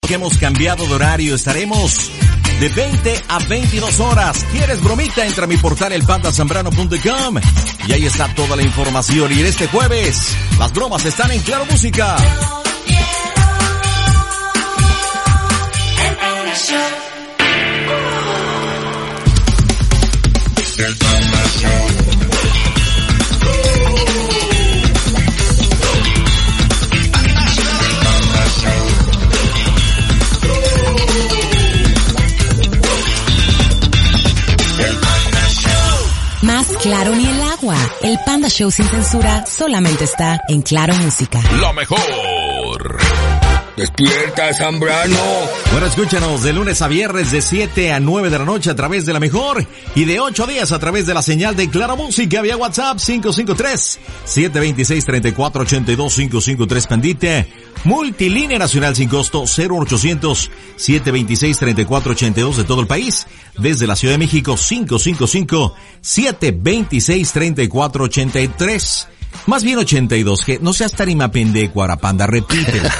que hemos cambiado de horario. Estaremos de 20 a 22 horas. ¿Quieres bromita? Entra a mi portal elpandasambrano.com y ahí está toda la información. Y en este jueves, las bromas están en Claro Música. El Panda Show. Más claro ni el agua. El Panda Show sin censura solamente está en Claro Música. Lo mejor. Despierta, Zambrano. Bueno, escúchanos de lunes a viernes de 7 a 9 de la noche a través de La Mejor y de 8 a 10 a través de la señal de Claro Música vía WhatsApp 553-726-3482, 553 Pandite. Multilínea nacional sin costo 0800-726-3482 de todo el país. Desde la Ciudad de México 555-726-3483. Más bien 82, que no seas tarima pendejo, Arapanda, repítelo.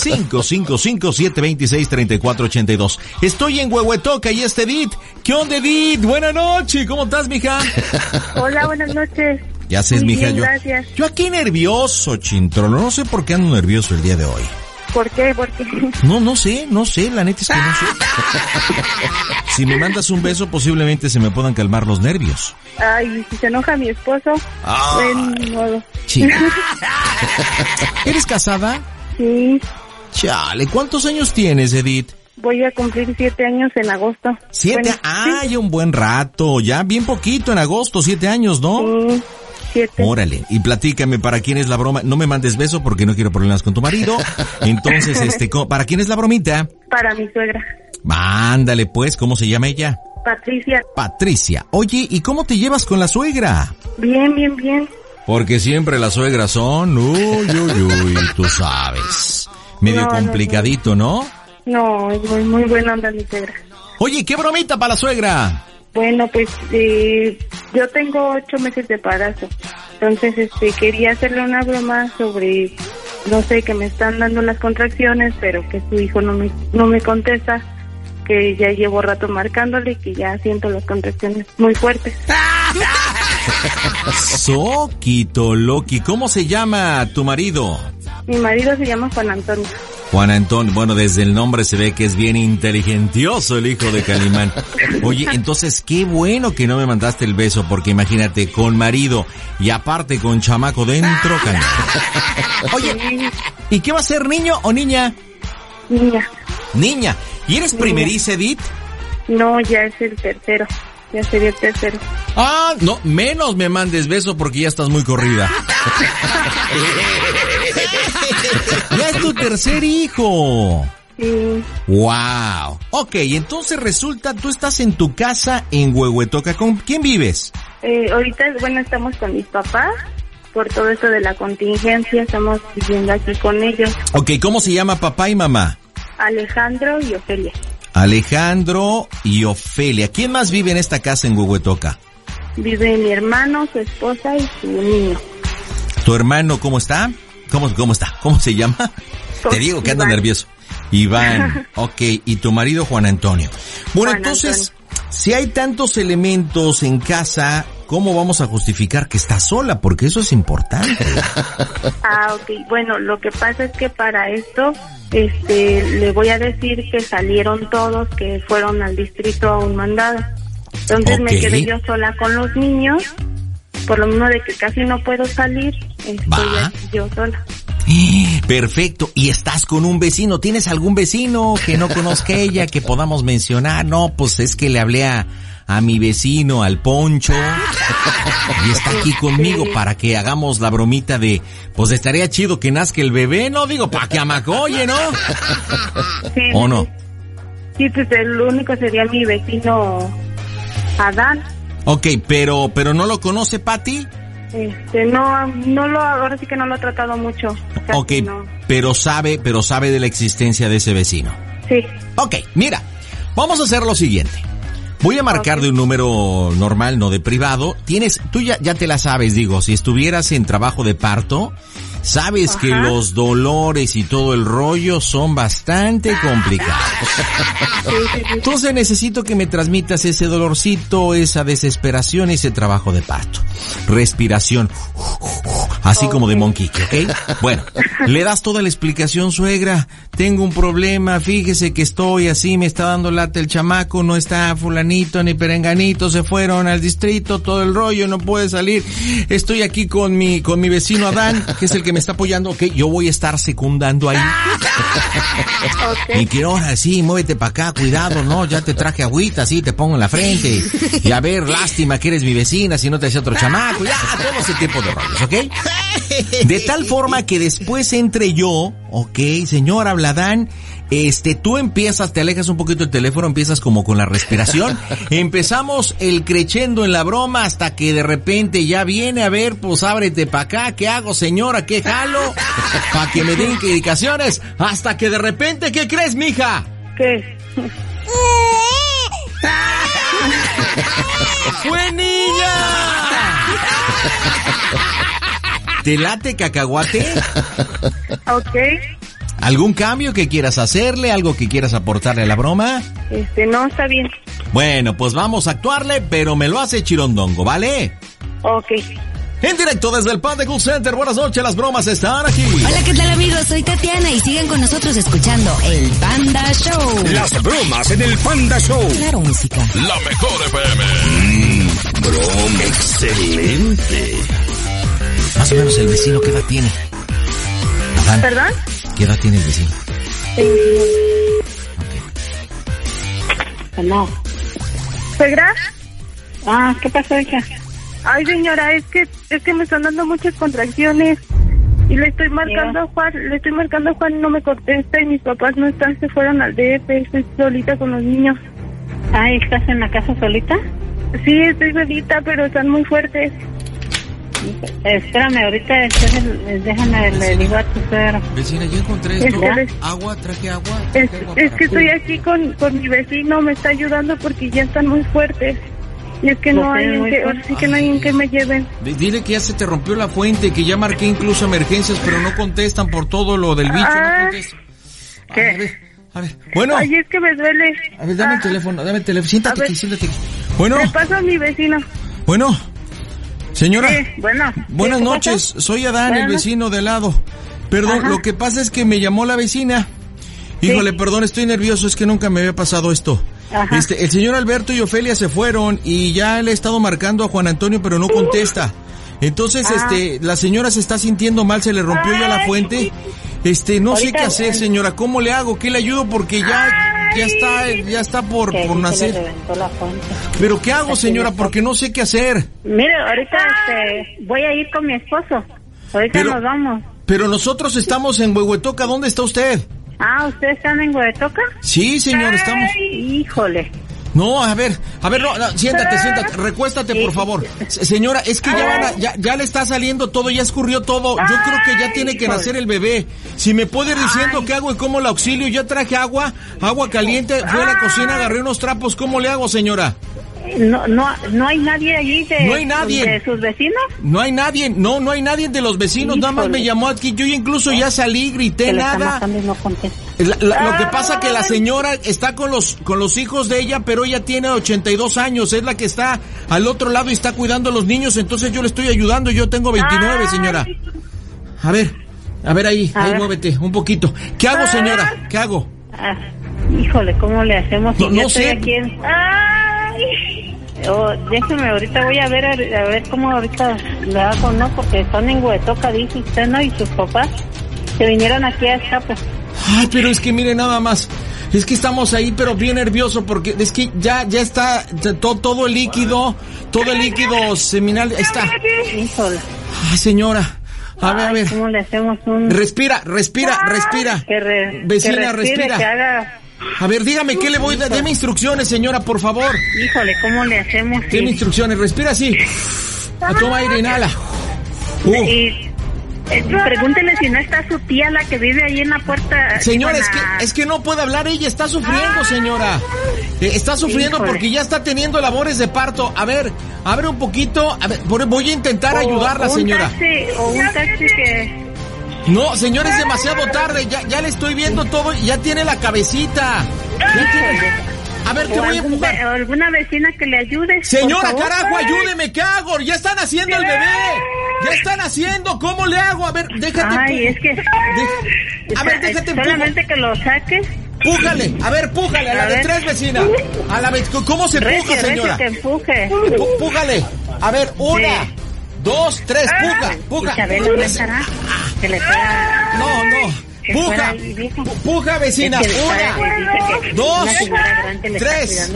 555-726-3482. Estoy en Huehuetoca y Edith. ¿Qué onda, Edith? Buenas noches, ¿cómo estás, mija? Hola, buenas noches. Ya sé, mija, bien, gracias. Yo aquí nervioso, Chintrolo. No sé por qué ando nervioso el día de hoy. ¿Por qué? ¿Por qué? No sé, la neta es que no sé. Si me mandas un beso, posiblemente se me puedan calmar los nervios. Ay, si se enoja mi esposo, en modo. Chica. ¿Eres casada? Sí. Chale, ¿cuántos años tienes, Edith? Voy a cumplir 7 años en agosto. 7, bueno, ay, sí. Un buen rato, ya bien poquito en agosto, 7 años, ¿no? Sí. 7. Órale, y platícame, ¿para quién es la broma? No me mandes beso porque no quiero problemas con tu marido. Entonces, ¿para quién es la bromita? Para mi suegra. Mándale pues, ¿cómo se llama ella? Patricia. Patricia. Oye, ¿y cómo te llevas con la suegra? Bien, bien, bien. Porque siempre las suegras son, uy, tú sabes. Medio complicadito, ¿no? No, es muy buena onda mi suegra. Oye, ¿qué bromita para la suegra? Bueno, pues yo tengo 8 meses de embarazo. Entonces, quería hacerle una broma sobre, no sé, que me están dando las contracciones, pero que su hijo no me contesta, que ya llevo rato marcándole y que ya siento las contracciones muy fuertes. Soquito Loki, ¿cómo se llama tu marido? Mi marido se llama Juan Antonio. Juan Antonio, bueno, desde el nombre se ve que es bien inteligentioso el hijo de Calimán. Oye, entonces qué bueno que no me mandaste el beso, porque imagínate, con marido y aparte con chamaco dentro, cañón. Oye, ¿y qué va a ser, niño o niña? Niña. Niña. ¿Y eres primeriza, Edith? No, ya es el tercero. Ya sería el tercero. Ah, no, menos me mandes beso porque ya estás muy corrida. Ya es tu tercer hijo. Sí. Wow. Ok, entonces resulta, tú estás en tu casa en Huehuetoca. ¿Con quién vives? Ahorita, bueno, estamos con mis papás. Por todo esto de la contingencia, estamos viviendo aquí con ellos. Ok, ¿cómo se llama papá y mamá? Alejandro y Ofelia. Alejandro y Ofelia. ¿Quién más vive en esta casa en Huehuetoca? Vive mi hermano, su esposa y su niño. ¿Tu hermano cómo está? ¿Cómo está? ¿Cómo se llama? Te digo que anda nervioso. Iván. Ok, y tu marido Juan Antonio. Bueno, Juan entonces, Antonio. Si hay tantos elementos en casa, ¿cómo vamos a justificar que está sola? Porque eso es importante. Ok. Bueno, lo que pasa es que para esto, le voy a decir que salieron todos, que fueron al distrito a un mandado. Entonces me quedé yo sola con los niños, por lo mismo de que casi no puedo salir, estoy aquí yo sola. Perfecto. ¿Y estás con un vecino? ¿Tienes algún vecino que no conozca ella que podamos mencionar? No, pues es que le hablé a mi vecino, al Poncho, y está aquí conmigo para que hagamos la bromita de, pues estaría chido que nazca el bebé, ¿no? Digo, para que amacoye, ¿no? Sí, ¿O no? Sí, pues el único sería mi vecino Adán. Ok, pero ¿no lo conoce Pati? Ahora sí que no lo he tratado mucho. Ok, no. pero sabe de la existencia de ese vecino. Sí. Ok, mira, vamos a hacer lo siguiente. Voy a marcar de un número normal, no de privado. Tú ya te la sabes, digo, si estuvieras en trabajo de parto, sabes que los dolores y todo el rollo son bastante complicados. Entonces necesito que me transmitas ese dolorcito, esa desesperación, ese trabajo de parto. Respiración, así como de Monkey, ¿ok? Bueno, le das toda la explicación, suegra. Tengo un problema, fíjese que estoy así, me está dando lata el chamaco, no está fulanito ni perenganito, se fueron al distrito, todo el rollo, no puede salir. Estoy aquí con mi vecino Adán, que es el que me está apoyando, ok, yo voy a estar secundando ahí. Y que ahora sí, muévete para acá, cuidado, no, ya te traje agüita, sí, te pongo en la frente. Y a ver, lástima que eres mi vecina, si no te hace otro chamaco, ya, todo ese tipo de rollos, ¿ok? De tal forma que después entre yo, ok, señora Bladán, tú empiezas, te alejas un poquito el teléfono, empiezas como con la respiración, empezamos el crescendo en la broma hasta que de repente ya viene, a ver, pues ábrete pa' acá, ¿qué hago, señora? ¿Qué jalo? Pa' que me den indicaciones, hasta que de repente, ¿qué crees, mija? ¿Qué? ¡Fue niña! ¿Te late cacahuate? Ok. ¿Algún cambio que quieras hacerle? ¿Algo que quieras aportarle a la broma? No, está bien. Bueno, pues vamos a actuarle, pero me lo hace chirondongo, ¿vale? Ok. En directo desde el Panda Cool Center, buenas noches, las bromas están aquí. Hola, ¿qué tal, amigos? Soy Tatiana y sigan con nosotros escuchando El Panda Show. Las bromas en el Panda Show. Claro, música. La mejor FM. Broma. Excelente. Más o menos el vecino, ¿qué edad tiene? Adán, ¿Perdón? ¿qué edad tiene el vecino? No. ¿Suegra? ¿Qué pasó, hija? Ay, señora, es que me están dando muchas contracciones y le estoy marcando a Juan, y no me contesta y mis papás no están, se fueron al DF, estoy solita con los niños. ¿Estás en la casa solita? Sí, estoy solita, pero están muy fuertes. Espérame, ahorita déjame, le digo a tu suegro. Vecina, yo encontré esto. Agua, traje agua. Es que estoy aquí con mi vecino, me está ayudando porque ya están muy fuertes. Y es que no hay ahora sí que no hay en que me lleven. Dile que ya se te rompió la fuente, que ya marqué incluso emergencias, pero no contestan por todo lo del bicho, no contestan. ¿Qué? A ver. Bueno. Ay, es que me duele. A ver, dame el teléfono. Siéntate aquí. Bueno. Me paso a mi vecino. Bueno. Señora. Sí, buenas noches. Soy Adán, el vecino de al lado. Perdón, lo que pasa es que me llamó la vecina. Híjole, perdón, estoy nervioso, es que nunca me había pasado esto. Ajá. El señor Alberto y Ofelia se fueron y ya le he estado marcando a Juan Antonio, pero no contesta. Entonces, la señora se está sintiendo mal, se le rompió ya la fuente. No sé qué hacer, señora, ¿cómo le hago? ¿Qué le ayudo? Porque ya está por nacer. Se le reventó la fuente. Pero ¿qué hago, señora? Porque no sé qué hacer. Mire, ahorita voy a ir con mi esposo. Ahorita nos vamos. Pero nosotros estamos en Huehuetoca, ¿dónde está usted? ¿Ustedes están en Huehuetoca? Sí, señor, estamos. Híjole. No, a ver, no, siéntate, recuéstate, por favor. Señora, es que ya le está saliendo todo, ya escurrió todo. Yo creo que ya tiene que nacer el bebé. Si me puede ir diciendo qué hago y cómo la auxilio. Ya traje agua caliente, fui a la cocina, agarré unos trapos. ¿Cómo le hago, señora? No hay nadie allí de sus vecinos. No hay nadie, no hay nadie de los vecinos. Híjole. Nada más me llamó aquí, yo incluso ya salí, grité, nada. No contesta. Lo que pasa que la señora está con los hijos de ella, pero ella tiene 82 años, es la que está al otro lado y está cuidando a los niños, entonces yo le estoy ayudando, yo tengo 29, señora. A ver ahí, muévete un poquito. ¿Qué hago, señora? ¿Qué hago? Híjole, ¿cómo le hacemos? No sé. Aquí déjeme, ahorita voy a ver cómo ahorita le hago, ¿no? Porque están en Huehuetoca, dice usted, ¿no? Y sus papás se vinieron aquí a Escapo. Ay, pero es que mire nada más. Es que estamos ahí, pero bien nervioso, porque es que ya está todo el líquido seminal, está. Híjole. Ay, señora. A ver. ¿Cómo le hacemos Respira. Vecina, respira. Que haga... A ver, dígame, ¿qué le voy a dar? Deme instrucciones, señora, por favor. Híjole, ¿cómo le hacemos? Deme instrucciones, respira así. Toma aire, inhala. Pregúntele si no está su tía, la que vive ahí en la puerta. Señora, es que no puede hablar, ella está sufriendo, señora. Está sufriendo porque ya está teniendo labores de parto. A ver, abre un poquito. A ver, voy a intentar ayudarla, señora. Un taxi que... No, señor, es demasiado tarde. Ya le estoy viendo todo y ya tiene la cabecita. A ver, te voy a empujar. ¿Alguna vecina que le ayude? Señora, carajo, ayúdeme, ¿qué hago? Ya están haciendo el bebé. Ya están haciendo, ¿cómo le hago? A ver, déjate. Ay, es que... A ver, déjate. Solamente que lo saques. Pújale, a ver, pújale, a la de 3, vecina. A la vez, ¿cómo se puja, señora? Que empuje. Pújale. A ver, 1, 2, 3, puja. Isabel, ¿no estará? Que le pueda... No. Puja, vecina. 1, 2, 3.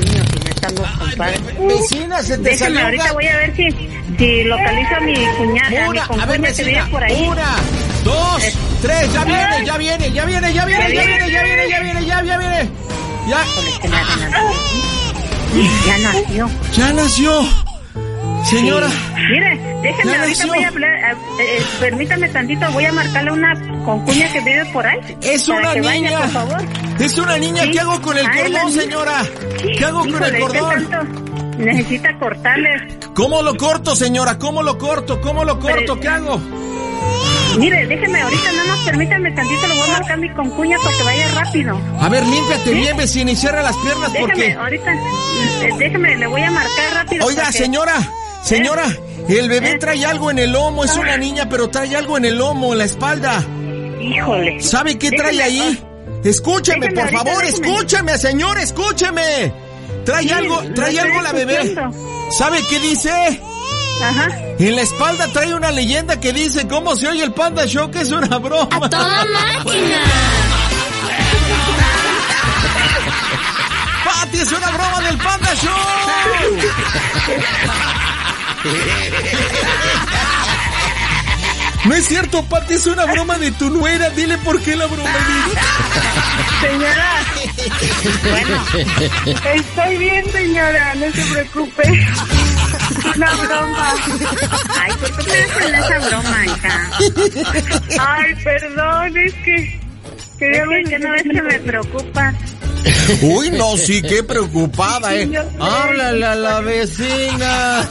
Vecina, se te salió. Ahorita voy a ver si localizo a mi cuñada. A ver, vecina. 1, 2, 3. Ya viene. Ya nació. Señora. Mire, déjeme, ahorita voy a hablar, permítame tantito, voy a marcarle una concuña que vive por ahí. Es una niña. Vaya, por favor. Es una niña, ¿sí? ¿Qué hago con el cordón, señora? ¿Qué hago con el cordón? Necesita cortarle. ¿Cómo lo corto, señora? ¿Cómo lo corto? ¿Qué hago? Mire, déjeme ahorita, nada más permítame tantito, le voy a marcar mi concuña para que vaya rápido. A ver, límpiate bien, vecina, y cierra las piernas porque... Ahorita, déjeme, le voy a marcar rápido. Oiga, porque... Señora, el bebé trae algo en el lomo, es una niña, pero trae algo en el lomo, en la espalda. Híjole. ¿Sabe qué trae ahí? Escúcheme, por favor, escúcheme, señor, escúcheme. Trae algo la bebé. ¿Sabe qué dice? Ajá. En la espalda trae una leyenda que dice cómo se oye el Panda Show, que es una broma. ¡A toda máquina! ¡Pati, es una broma del Panda Show! No es cierto, Pati, es una broma de tu nuera. Dile por qué la broma. Señora. Bueno, estoy bien, señora, no se preocupe. Es una broma. Ay, ¿por qué me hacen esa broma, hija? Ay, perdón, es que no ves que me preocupa. Uy, no, sí, qué preocupada, Háblale a la vecina.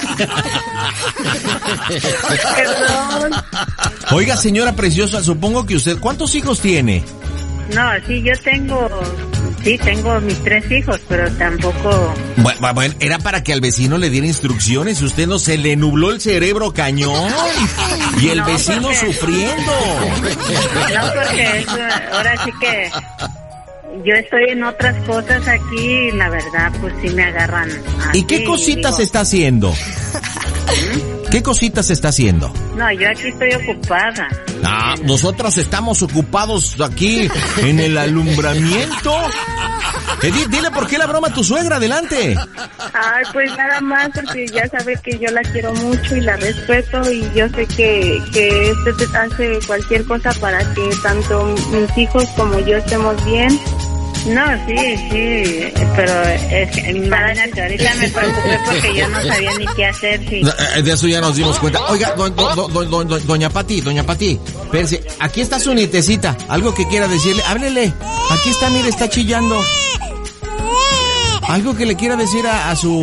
Perdón. Oiga, señora preciosa, supongo que usted, ¿cuántos hijos tiene? No, sí, tengo mis 3 hijos, pero tampoco... Bueno, era para que al vecino le diera instrucciones, usted no se le nubló el cerebro cañón. Y el vecino sufriendo. No, porque ahora sí que... Yo estoy en otras cosas aquí y la verdad, pues sí me agarran así. ¿Y qué cositas está haciendo? ¿Qué cositas está haciendo? No, yo aquí estoy ocupada. Nosotros estamos ocupados aquí en el alumbramiento. Edith, dile por qué la broma a tu suegra, adelante. Ay, pues nada más porque ya sabe que yo la quiero mucho y la respeto y yo sé que usted hace cualquier cosa para que tanto mis hijos como yo estemos bien. No, sí, pero es que imagínate, ahorita me preocupé porque yo no sabía ni qué hacer. Sí. De eso ya nos dimos cuenta. Oiga, doña Pati, espérese, aquí está su nietecita, algo que quiera decirle, háblele, aquí está, mire, está chillando. Algo que le quiera decir a su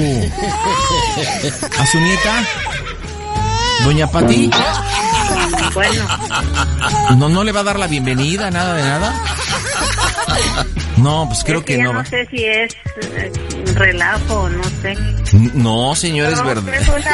nieta, doña Pati. Bueno. No le va a dar la bienvenida, nada de nada. No, pues creo que no. No sé si es relajo o no sé. No, señor, es verdad.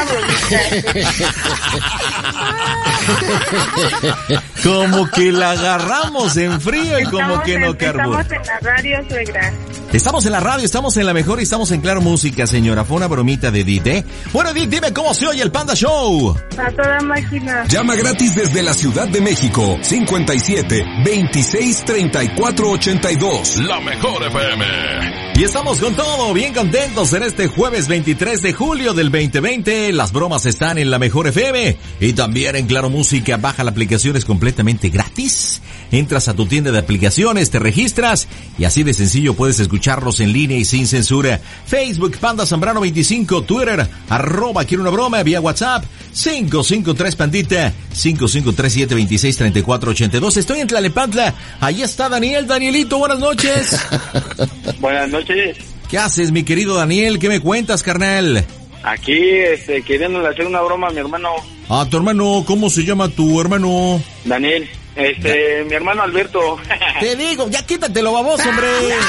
Como que la agarramos en frío y como que no carbura. Estamos en la radio, suegra. Estamos en la radio, estamos en la mejor y estamos en Claro Música, señora. Fue una bromita de Edith, ¿eh? Bueno, Edith, dime cómo se oye el Panda Show. A toda máquina. Llama gratis desde la Ciudad de México. 57 26 34 82. La mejor FM. Y estamos con todo, bien contentos en este jueves 23 23 de julio del 2020. Las bromas están en La Mejor FM y también en Claro Música. Baja la aplicación, es completamente gratis. Entras a tu tienda de aplicaciones, te registras y así de sencillo puedes escucharlos en línea y sin censura. Facebook, Panda Zambrano 25, Twitter, @quiero una broma, vía WhatsApp, 553 Pandita, 5537263482. Estoy en Tlalepantla. Ahí está Daniel. Danielito, buenas noches. Buenas noches. ¿Qué haces, mi querido Daniel? ¿Qué me cuentas, carnal? Aquí, queriéndole hacer una broma a mi hermano. Ah, tu hermano, ¿cómo se llama tu hermano? Daniel. Mi hermano Alberto. Te digo, ya quítatelo, baboso, hombre.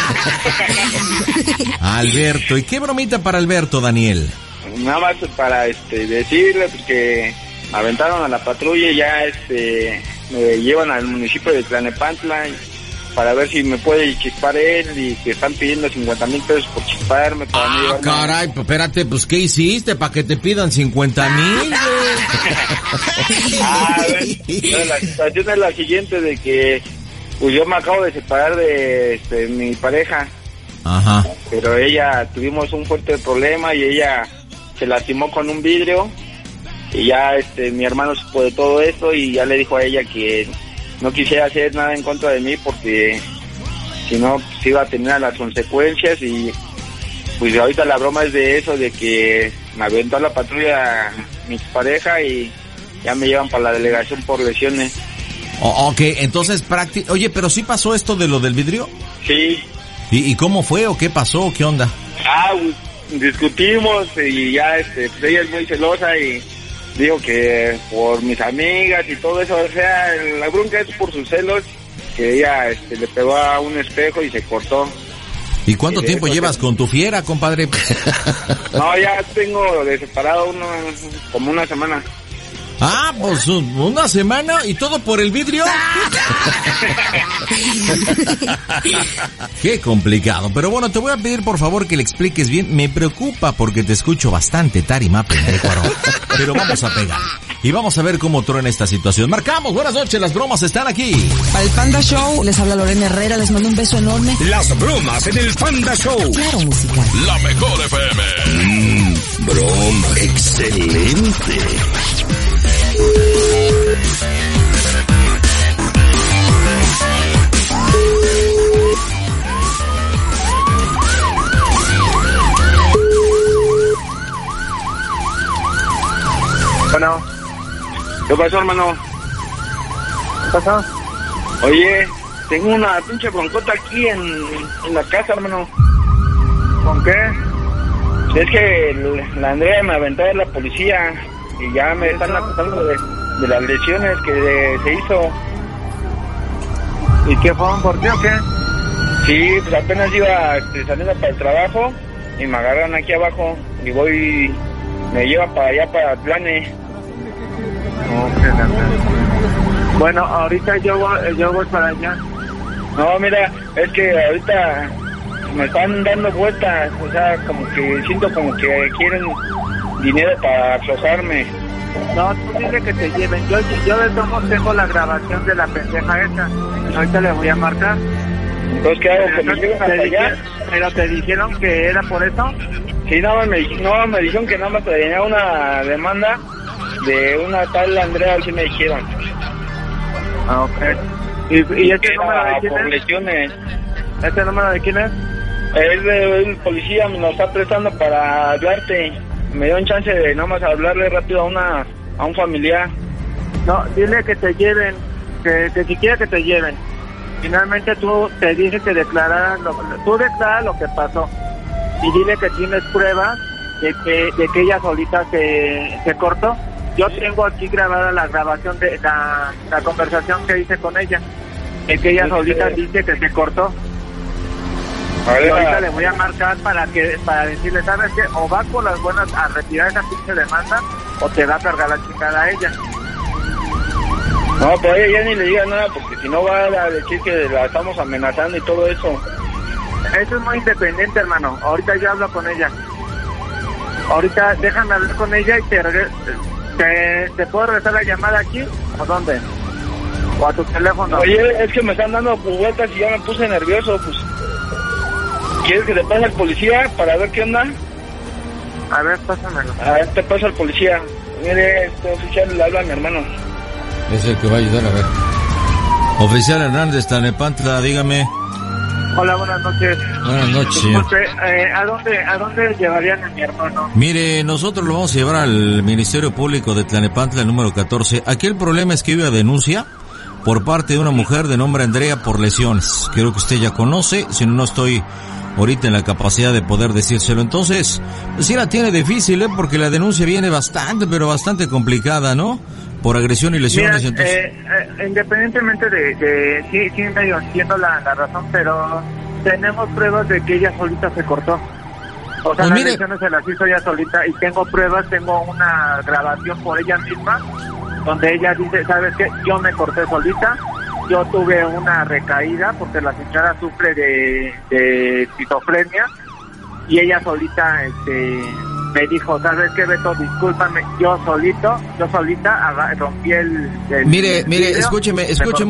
Alberto, ¿y qué bromita para Alberto, Daniel? Nada más para decirle pues, que aventaron a la patrulla y ya me llevan al municipio de Tlanepantla para ver si me puede chispar él y que están pidiendo 50,000 pesos por chisparme. Para caray, pues espérate, pues ¿qué hiciste para que te pidan 50,000? La situación es la siguiente, de que pues yo me acabo de separar de mi pareja. Ajá. Pero ella, tuvimos un fuerte problema y ella se lastimó con un vidrio y ya mi hermano supo de todo esto y ya le dijo a ella que no quisiera hacer nada en contra de mí porque si no pues iba a tener las consecuencias. Y pues ahorita la broma es de eso, de que me aventó a la patrulla mi pareja y ya me llevan para la delegación por lesiones. Ok, entonces oye, pero sí pasó esto de lo del vidrio. Sí. ¿Y cómo fue o qué pasó? ¿Qué onda? Pues, discutimos y ya pues ella es muy celosa y digo que por mis amigas y todo eso, o sea, la bronca es por sus celos, que ella le pegó a un espejo y se cortó. ¿Y cuánto tiempo llevas con tu fiera, compadre? No, ya tengo de separado como una semana. Ah, pues una semana y todo por el vidrio. Qué complicado. Pero bueno, te voy a pedir por favor que le expliques bien. Me preocupa porque te escucho bastante tarima, pendejo. Pero vamos a pegar. Y vamos a ver cómo truena esta situación. Marcamos, buenas noches, las bromas están aquí. Para el Panda Show, les habla Lorena Herrera, les mando un beso enorme. Las bromas en el Panda Show. Claro Música. La Mejor FM. Broma. Excelente. Bueno, ¿qué pasó, hermano? ¿Qué pasó? Oye, tengo una pinche broncota aquí en la casa, hermano. ¿Con qué? Es que la Andrea me aventó de la policía y ya me están acusando de las lesiones que se hizo. ¿Y qué fue? ¿Por qué o qué? Sí, pues apenas iba saliendo para el trabajo y me agarran aquí abajo y me lleva para allá, para Plane. Bueno, ahorita yo voy para allá. No, mira, es que ahorita me están dando vueltas, o sea, como que siento como que quieren dinero para aflojarme. No, tú dile que te lleven. Yo de todos tengo la grabación de la pendeja esa. Ahorita le voy a marcar. Entonces, ¿qué hago? ¿Que me lleven hasta allá? ¿Pero te dijeron que era por eso? Sí, me dijeron que nada más tenía una demanda de una tal Andrea, así me dijeron. Ah, ok. ¿Y este número de quién es? Lesiones. ¿Este número de quién es? Es de un policía, me lo está prestando para hablarte. Me dio un chance de nada más hablarle rápido a un familiar. No, dile que te lleven, que si quiere que te lleven. Finalmente tú te dije que declararas tú declaras lo que pasó y dile que tienes pruebas de que ella solita se cortó. Yo tengo aquí grabada la grabación de la conversación que hice con ella, de que ella solita dice que se cortó. Y ahorita le voy a marcar para decirle, ¿sabes qué? O vas por las buenas a retirar esa pinche demanda o te va a cargar la chingada a ella. No, pues ella ya ni le diga nada porque si no va a decir que la estamos amenazando y todo eso. Eso es muy independiente, hermano. Ahorita yo hablo con ella. Ahorita déjame hablar con ella y ¿te puedo regresar la llamada aquí o dónde? O a tu teléfono. Oye, es que me están dando vueltas y ya me puse nervioso, pues. ¿Quieres que te pase al policía para ver qué onda? A ver, pásamelo. A ver, te paso al policía. Mire, oficial, le habla a mi hermano. Es el que va a ayudar, a ver. Oficial Hernández, Tlalnepantla, dígame. Hola, buenas noches. Buenas noches, señor. ¿A dónde llevarían a mi hermano? Mire, nosotros lo vamos a llevar al Ministerio Público de Tlalnepantla, el número 14. Aquí el problema es que hubo denuncia por parte de una mujer de nombre Andrea por lesiones. Creo que usted ya conoce, si no estoy ahorita en la capacidad de poder decírselo. Entonces, sí la tiene difícil, porque la denuncia viene bastante, pero bastante complicada, ¿no? Por agresión y lesiones. Mira, entonces, independientemente de sí medio entiendo la razón, pero tenemos pruebas de que ella solita se cortó. O sea, pues las mire, lesiones se las hizo ella solita y tengo pruebas, tengo una grabación por ella misma donde ella dice, ¿sabes qué? Yo me corté solita, yo tuve una recaída porque la señora sufre de esquizofrenia y ella solita me dijo, ¿sabes qué, Beto? Discúlpame, yo solita rompí el mire, vidrio, escúcheme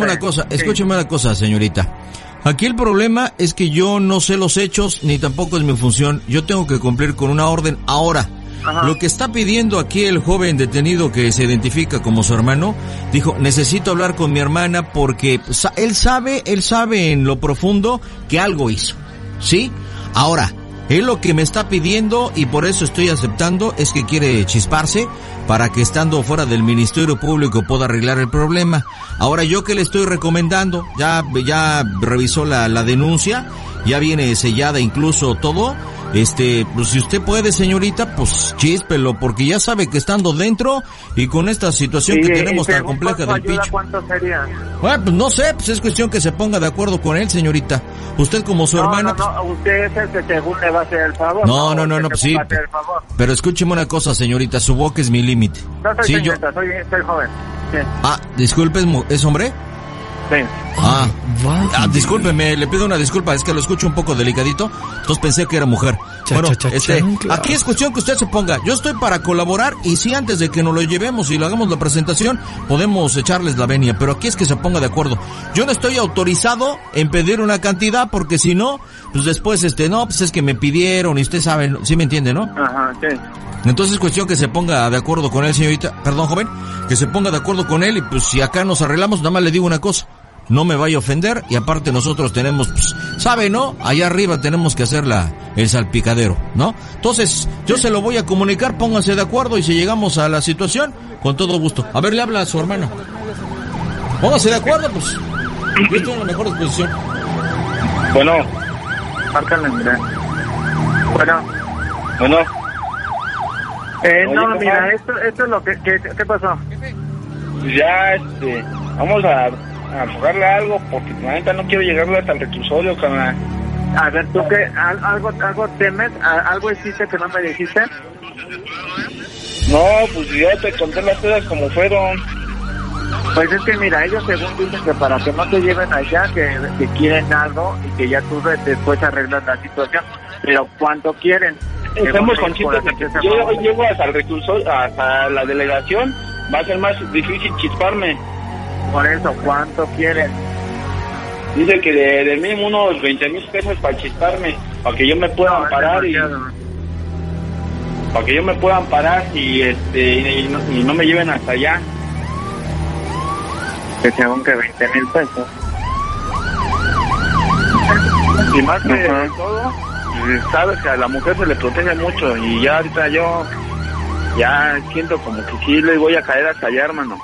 una cosa, señorita. Aquí el problema es que yo no sé los hechos, ni tampoco es mi función. Yo tengo que cumplir con una orden ahora. Ajá. Lo que está pidiendo aquí el joven detenido que se identifica como su hermano, dijo, necesito hablar con mi hermana porque él sabe en lo profundo que algo hizo, ¿sí? Ahora, él lo que me está pidiendo, y por eso estoy aceptando, es que quiere chisparse para que estando fuera del Ministerio Público pueda arreglar el problema. Ahora, ¿yo qué le estoy recomendando? Ya revisó la denuncia, ya viene sellada incluso todo. Pues si usted puede, señorita, pues chíspelo, porque ya sabe que estando dentro y con esta situación que tenemos tan compleja del pitch. ¿Cuánto sería? Bueno, pues no sé, pues es cuestión que se ponga de acuerdo con él, señorita. Usted como su hermana. No, usted es el que según le va a hacer el favor. No, pues sí. Pero escúcheme una cosa, señorita, su boca es mi límite. No soy señorita, soy joven. Sí. Ah, disculpe, ¿es hombre? Sí. Discúlpeme, le pido una disculpa, es que lo escucho un poco delicadito, entonces pensé que era mujer. Aquí es cuestión que usted se ponga, yo estoy para colaborar y si antes de que nos lo llevemos y lo hagamos la presentación, podemos echarles la venia, pero aquí es que se ponga de acuerdo. Yo no estoy autorizado en pedir una cantidad porque si no, pues después pues es que me pidieron y usted sabe, ¿sí me entiende, no? Ajá, sí. Entonces es cuestión que se ponga de acuerdo con él, señorita, perdón, joven, que se ponga de acuerdo con él y pues si acá nos arreglamos, nada más le digo una cosa. No me vaya a ofender y aparte nosotros tenemos, pues, sabe, ¿no? Allá arriba tenemos que hacer el salpicadero, ¿no? Entonces, yo se lo voy a comunicar, pónganse de acuerdo y si llegamos a la situación, con todo gusto. A ver, le habla a su hermano. Pónganse de acuerdo, pues. Yo estoy en la mejor disposición. Bueno, márcale, mira. Bueno. No, mira, esto es lo que ¿qué pasó? Ya, vamos a jugarle algo, porque la neta no quiero llegarle hasta el reclusorio, carnal. A ver, ¿tú qué? ¿Algo temes? ¿Algo hiciste que no me dijiste? No, pues ya te conté las cosas como fueron. Pues es que mira, ellos según dicen que para que no te lleven allá, que quieren algo y que ya tú después arreglas la situación. Pero ¿cuánto quieren? Estamos conscientes de que yo llego hasta el reclusorio, hasta la delegación, va a ser más difícil chisparme. Por eso, ¿cuánto quieren? Dice que de mínimo unos 20,000 pesos para chisparme, para que yo me pueda amparar para que yo me pueda amparar y no me lleven hasta allá. Que según que 20,000 pesos. Y más que todo, sabes que a la mujer se le protege mucho y ya ahorita yo ya siento como que sí le voy a caer hasta allá, hermano.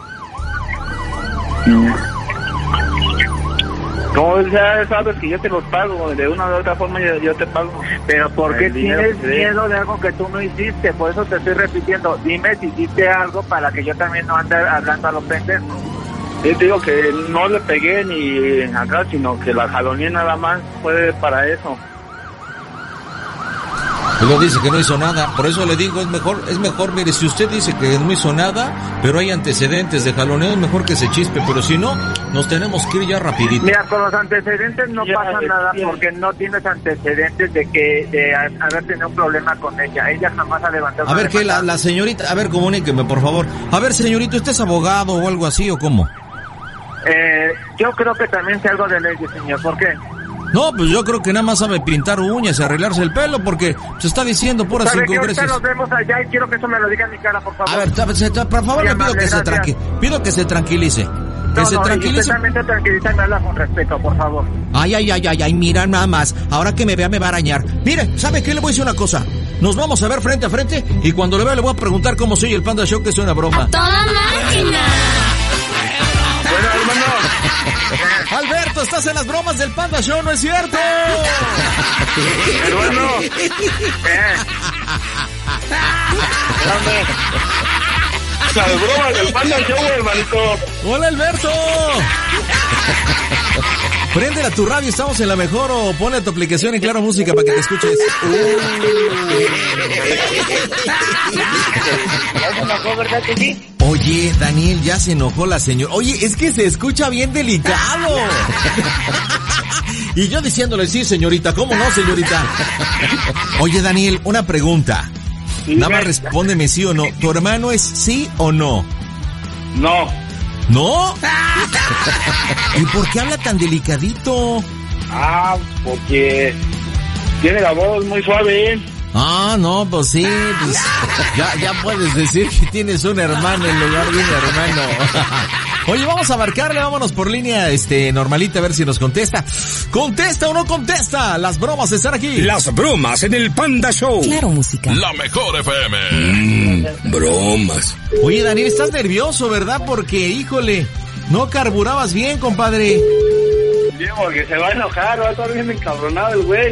Como ya sabes que yo te los pago, de una u otra forma yo te pago. Pero ¿por qué tienes miedo de algo que tú no hiciste? Por eso te estoy repitiendo, dime si hiciste algo para que yo también no ande hablando a los pendejos. Yo te digo que no le pegué ni acá, sino que la jaloneé nada más, fue para eso. Luego dice que no hizo nada, por eso le digo, es mejor, mire, si usted dice que no hizo nada, pero hay antecedentes de jaloneo, es mejor que se chispe, pero si no, nos tenemos que ir ya rapidito. Mira, con los antecedentes no pasa nada, porque no tienes antecedentes de haber tenido un problema con ella jamás ha levantado. A ver, ¿qué? La señorita, a ver, comuníqueme, por favor. A ver, señorito, ¿usted es abogado o algo así, o cómo? Yo creo que también sé algo de leyes, señor, ¿por qué? No, pues yo creo que nada más sabe pintar uñas y arreglarse el pelo porque se está diciendo puras incongruencias. Nos vemos allá y quiero que eso me lo diga en mi cara, por favor. A ver, por favor, le pido que se tranquilice. Que se tranquilice. Usted también se tranquiliza y me habla con respeto, por favor. Ay, mira nada más. Ahora que me vea me va a arañar. Mire, ¿sabe qué? Le voy a decir una cosa. Nos vamos a ver frente a frente y cuando le vea le voy a preguntar cómo soy el Panda Show, que es una broma. ¡A toda máquina! Bueno, hermano. Alberto, estás en las bromas del Panda Show, ¿no es cierto? Hermano. Las bromas del Panda Show, hermanito. Hola, Alberto. Préndele a tu radio, estamos en la mejor, o ponle tu aplicación en Claro Música para que te escuches. ¿Verdad que sí? Oye, Daniel, ya se enojó la señora. Oye, es que se escucha bien delicado. Y yo diciéndole, sí, señorita, ¿cómo no, señorita? Oye, Daniel, una pregunta. Nada más respóndeme sí o no. ¿Tu hermano es sí o no? No. ¿No? ¿Y por qué habla tan delicadito? Porque tiene la voz muy suave. No, pues sí, pues ya puedes decir que tienes un hermano en lugar de un hermano. Oye, vamos a marcarle, vámonos por línea normalita a ver si nos contesta. ¿Contesta o no contesta? Las bromas están aquí. Las bromas en el Panda Show. Claro Música. La mejor FM. Bromas. Oye, Daniel, estás nervioso, ¿verdad? Porque, híjole, no carburabas bien, compadre. Sí, porque se va a enojar, va a estar bien encabronado el güey.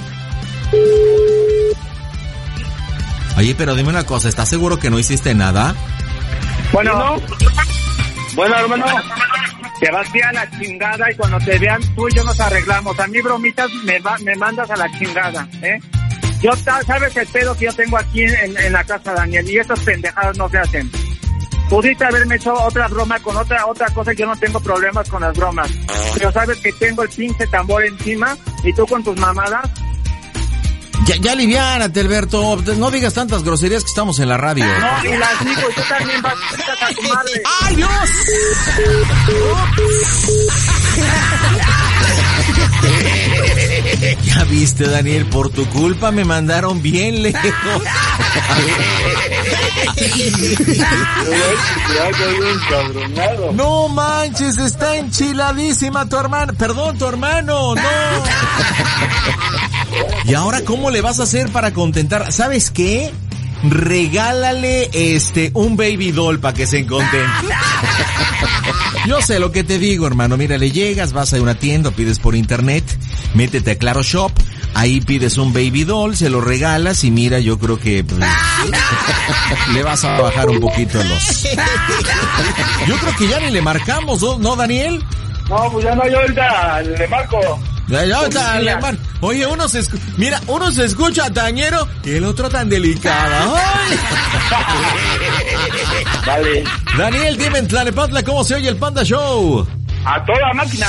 Oye, pero dime una cosa, ¿estás seguro que no hiciste nada? Bueno, hermano, te vas a ir a la chingada y cuando te vean tú y yo nos arreglamos. A mí bromitas me mandas a la chingada, ¿eh? ¿Sabes el pedo que yo tengo aquí en la casa, Daniel? Y esas pendejadas no se hacen. Pudiste haberme hecho otra broma con otra cosa, yo no tengo problemas con las bromas. Pero sabes que tengo el pinche tambor encima y tú con tus mamadas. Ya aliviánate, Alberto. No digas tantas groserías que estamos en la radio. No, y las digo, y tú también vas a tu madre. ¡Ay, Dios! Ya viste, Daniel, por tu culpa me mandaron bien lejos. No manches, está enchiladísima tu hermana. Perdón, tu hermano, no. ¿Y ahora cómo le vas a hacer para contentar? ¿Sabes qué? Regálale un baby doll para que se contente. Yo sé lo que te digo, hermano. Mira, le llegas, vas a una tienda, pides por internet, métete a Claro Shop, ahí pides un baby doll, se lo regalas y mira, yo creo que le vas a bajar un poquito los... Yo creo que ya ni le marcamos, ¿no, Daniel? No, pues ya no, yo ahorita le marco. Oye, uno se escucha tañero y el otro tan delicado. ¡Ay! Vale. Daniel, dime en Tlalnepantla cómo se oye el Panda Show. A toda máquina.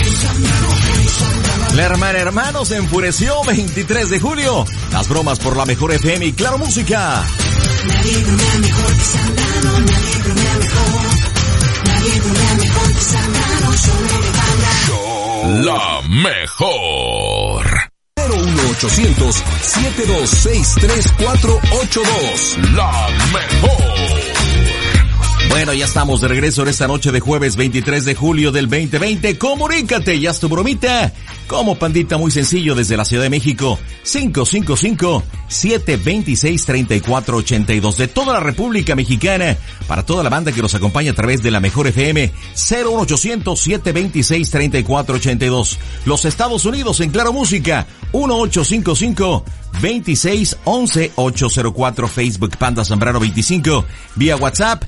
La hermano se enfureció 23 de julio. Las bromas por la mejor FM y Claro Música. Nadie bromea mejor que Zambrano, nadie bromea mejor. Nadie bromea mejor que Zambrano, solo de Panda. La mejor. 01800-726-3482. La mejor. Bueno, ya estamos de regreso en esta noche de jueves 23 de julio del 2020. Comunícate, ya es tu bromita. Como Pandita, muy sencillo, desde la Ciudad de México. 555-726-3482. De toda la República Mexicana, para toda la banda que nos acompaña a través de la mejor FM. 01800-726-3482. Los Estados Unidos en Claro Música. 1855-2611-804. Facebook Panda Zambrano 25. Vía WhatsApp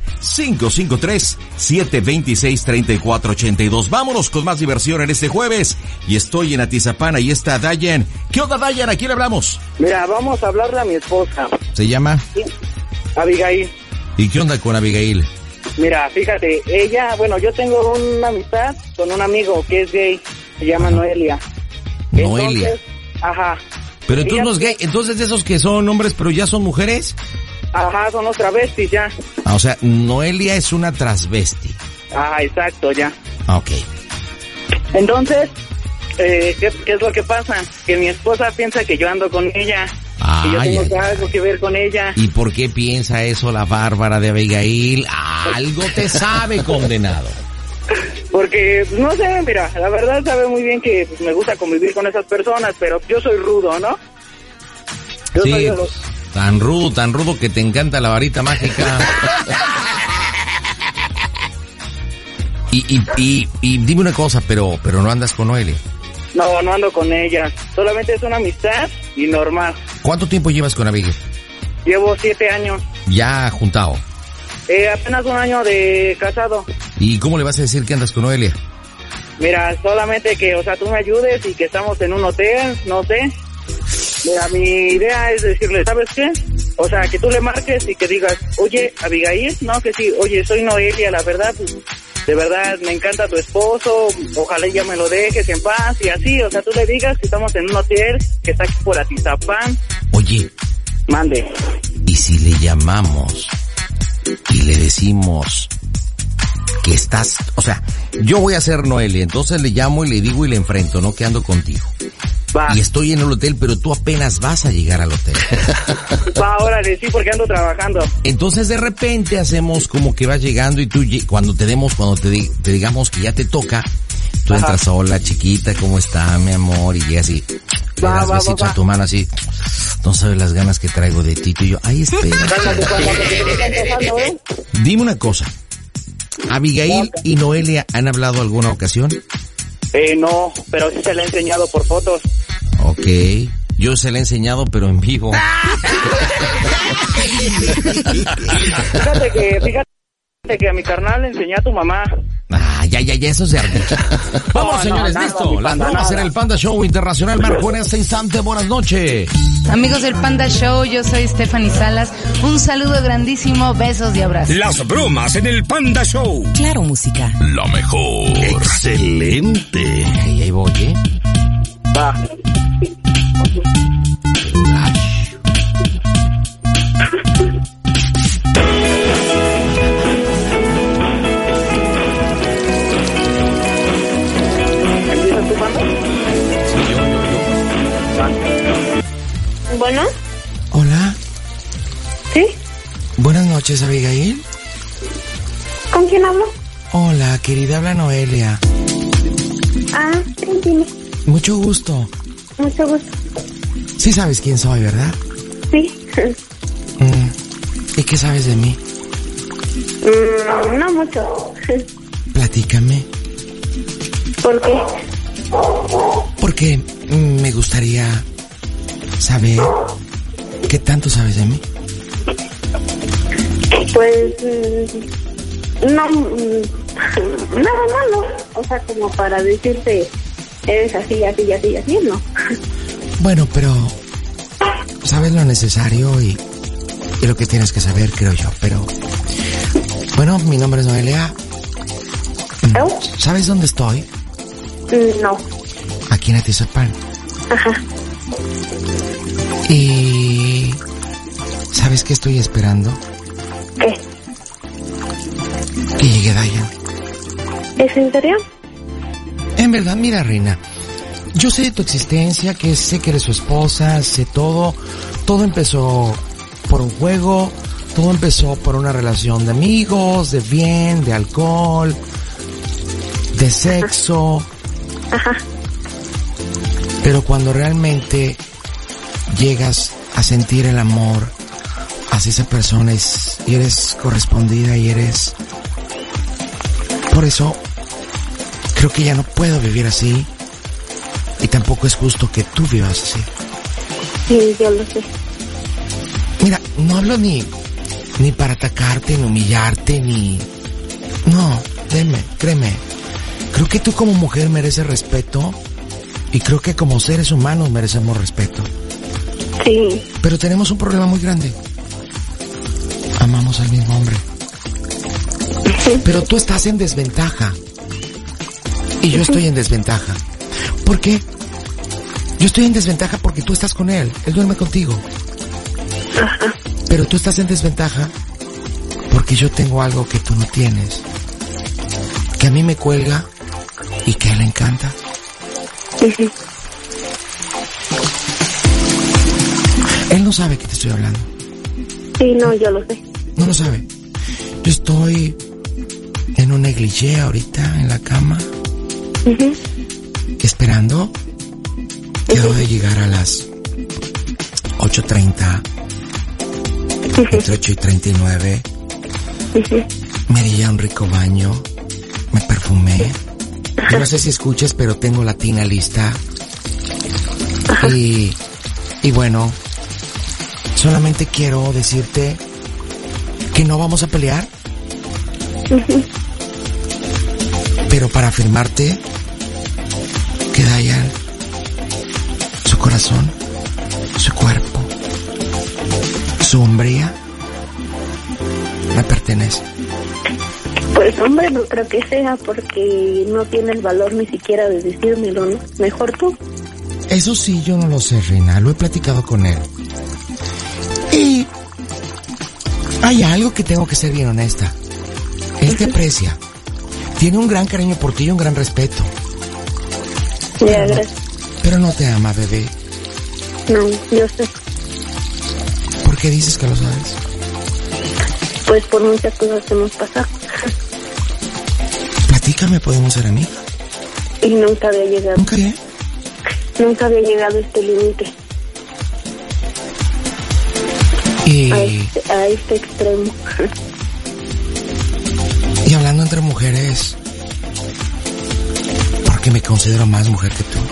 553-726-3482. Vámonos con más diversión en este jueves. Y estoy en Atizapán, ahí está Dayan. ¿Qué onda, Dayan? ¿A quién le hablamos? Mira, vamos a hablarle a mi esposa. ¿Se llama? Sí. Abigail. ¿Y qué onda con Abigail? Mira, fíjate, ella, bueno, yo tengo una amistad con un amigo que es gay. Se llama Noelia. Noelia. Entonces, ajá. Pero entonces no es gay, entonces de esos que son hombres pero ya son mujeres. Ajá, son los travestis ya. O sea, Noelia es una transvesti. Ajá, exacto, ya. Ok. Entonces, ¿qué es lo que pasa? Que mi esposa piensa que yo ando con ella. Que yo tengo algo que ver con ella. ¿Y por qué piensa eso la Bárbara de Abigail? Algo te sabe, condenado. Porque, no sé, mira, la verdad sabe muy bien que pues, me gusta convivir con esas personas, pero yo soy rudo, ¿no? Yo sí, pues, tan rudo que te encanta la varita mágica. y dime una cosa, pero no andas con Noelia. No ando con ella. Solamente es una amistad y normal. ¿Cuánto tiempo llevas con Abigail? Llevo 7 años. ¿Ya juntado? Apenas 1 año de casado. ¿Y cómo le vas a decir que andas con Noelia? Mira, solamente que, o sea, tú me ayudes y que estamos en un hotel, no sé. Mira, mi idea es decirle, ¿sabes qué? O sea, que tú le marques y que digas, oye, Abigail, no, que sí, oye, soy Noelia, la verdad, pues, de verdad, me encanta tu esposo, ojalá ya me lo dejes en paz y así, o sea, tú le digas que estamos en un hotel que está aquí por Atizapán. Oye. Mande. ¿Y si le llamamos y le decimos que estás, o sea, yo voy a ser Noelia, entonces le llamo y le digo y le enfrento, ¿no? Que ando contigo. Va. Y estoy en el hotel, pero tú apenas vas a llegar al hotel. Va, órale, sí, porque ando trabajando. Entonces de repente hacemos como que vas llegando y tú, cuando te digamos que ya te toca, tú entras, hola chiquita, ¿cómo está mi amor? Y llegas y le das besito a tu mano así, no sabes las ganas que traigo de ti, tú y yo, ay, espera. Dime una cosa, ¿Abigail y Noelia han hablado alguna ocasión? No, pero sí se le he enseñado por fotos. Ok, yo se le he enseñado, pero en vivo. Fíjate que a mi carnal le enseñé a tu mamá. Ya, eso se arma. Vamos, señores, listo. Las bromas en el Panda Show Internacional. Marco en este instante, buenas noches. Amigos del Panda Show, yo soy Stephanie Salas. Un saludo grandísimo, besos y abrazos. Las bromas en el Panda Show. Claro, música. La mejor. Excelente. Ahí voy, ¿eh? Va. Bueno. Hola. ¿Sí? Buenas noches, Abigail. ¿Con quién hablo? Hola, querida, habla Noelia. Sí, dime. Mucho gusto. Mucho gusto. Sí sabes quién soy, ¿verdad? Sí. ¿Y qué sabes de mí? No mucho. Platícame. ¿Por qué? Porque me gustaría saber qué tanto sabes de mí. Pues no, nada malo. O sea, como para decirte, eres así, así, así, así, ¿no? Bueno, pero sabes lo necesario y lo que tienes que saber, creo yo. Pero bueno, mi nombre es Noelia. ¿Sabes dónde estoy? No. Aquí en Atizapán. Ajá. Y ¿sabes qué estoy esperando? ¿Qué? Que llegue Dayan. ¿Es en serio? En verdad, mira, reina, yo sé de tu existencia, que sé que eres su esposa, sé todo. Todo empezó por un juego, todo empezó por una relación de amigos, de bien, de alcohol, de sexo. Ajá. Pero cuando realmente llegas a sentir el amor hacia esa persona y eres correspondida y eres... Por eso creo que ya no puedo vivir así y tampoco es justo que tú vivas así. Sí, yo lo sé. Mira, no hablo ni para atacarte, ni humillarte, ni... No, créeme. Creo que tú como mujer mereces respeto y creo que como seres humanos merecemos respeto. Sí. Pero tenemos un problema muy grande. Amamos al mismo hombre. Pero tú estás en desventaja. Y yo estoy en desventaja. ¿Por qué? Yo estoy en desventaja porque tú estás con él. Él duerme contigo. Pero tú estás en desventaja porque yo tengo algo que tú no tienes. Que a mí me cuelga y que a él le encanta. Ujú. Él no sabe que te estoy hablando. Sí, no, yo lo sé. No lo sabe. Yo estoy en un negligé ahorita en la cama, Ujú. esperando. Quedo de llegar a las 8:30, entre 8 y 39. Ujú. Me di ya un rico baño, me perfumé. Yo no sé si escuches, pero tengo la tina lista. Y bueno, solamente quiero decirte que no vamos a pelear. Ujú. Pero para afirmarte que Dayan, su corazón, su cuerpo, su hombría, me pertenece. Pues hombre, no creo que sea porque no tiene el valor ni siquiera de decírmelo, ¿no? Mejor tú. Eso sí, yo no lo sé, Reina, lo he platicado con él. Y hay algo que tengo que ser bien honesta. Él te aprecia, tiene un gran cariño por ti y un gran respeto. Ya, gracias. Pero no te ama, bebé. No, yo sé. ¿Por qué dices que lo sabes? Pues por muchas cosas hemos pasado. Platícame, ¿podemos ser amigas? Y nunca había llegado. ¿Nunca qué? Nunca había llegado a este límite, Y a este extremo. hablando entre mujeres, porque me considero más mujer que tú.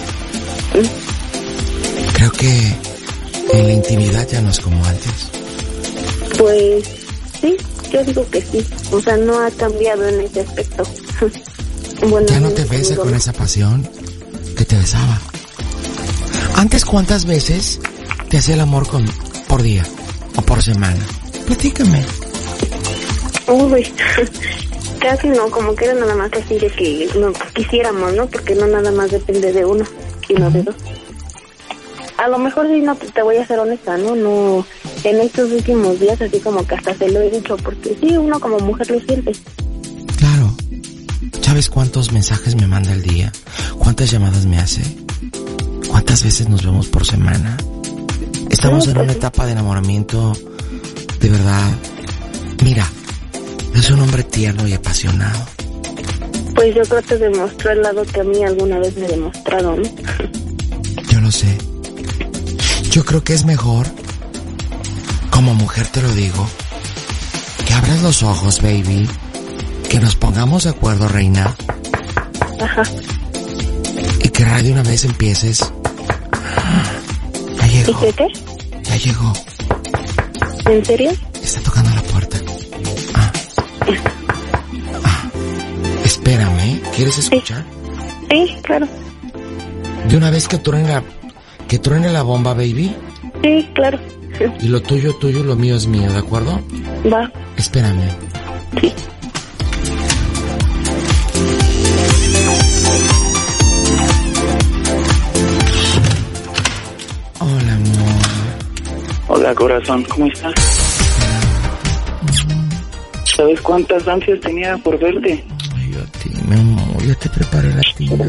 Creo que en la intimidad ya no es como antes. Pues sí, yo digo que sí. O sea, no ha cambiado en ese aspecto. Bueno, Ya no te besa conmigo con no. esa pasión que te besaba. Antes, ¿cuántas veces te hacía el amor por día o por semana? Platícame. Uy, casi no, como que era nada más así de que no quisiéramos, ¿no? Porque no nada más depende de uno, sino de dos. A lo mejor sí, no te voy a ser honesta, ¿no? No, en estos últimos días así como que hasta se lo he dicho, porque sí, uno como mujer lo siente. Claro. ¿Sabes cuántos mensajes me manda al día? ¿Cuántas llamadas me hace? ¿Cuántas veces nos vemos por semana? Estamos en una etapa de enamoramiento, de verdad. Mira, es un hombre tierno y apasionado. Pues yo creo que demostró el lado que a mí alguna vez me demostraron, ¿no? Yo lo sé. Yo creo que es mejor, como mujer te lo digo, que abras los ojos, baby, que nos pongamos de acuerdo, reina, Ajá. y que de una vez empieces. Ya ¿Y llegó, qué? ya llegó. ¿En serio? Está tocando la puerta. Espérame, ¿quieres escuchar? Sí, claro. De una vez que truene la bomba, baby. Sí, claro. Y lo tuyo, lo mío es mío, ¿de acuerdo? Va. Espérame. Sí. Hola, amor. Hola, corazón, ¿cómo estás? ¿Sabes cuántas ansias tenía por verte? Ay, yo a ti, mi amor, ya te preparé la tina.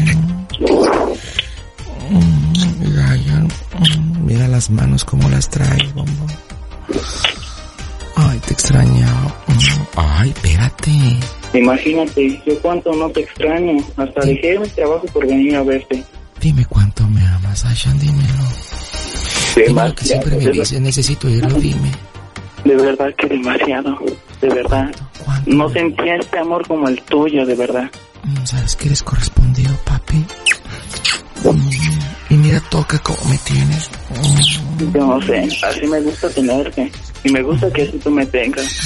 Ryan, mira las manos como las traes, bombón. Ay, te extrañaba. Ay, espérate. Imagínate, yo cuánto no te extraño. Hasta dejé mi trabajo por venir a verte. Dime cuánto me amas, Aishan, dímelo. Dime lo que siempre me dices, necesito oírlo, dime. De verdad que demasiado. De verdad. ¿Cuánto? No sentía este amor como el tuyo, de verdad. ¿Sabes que eres correspondido, papi? Y mira, toca cómo me tienes. Yo no sé, así me gusta tenerte. Y me gusta que así tú me tengas.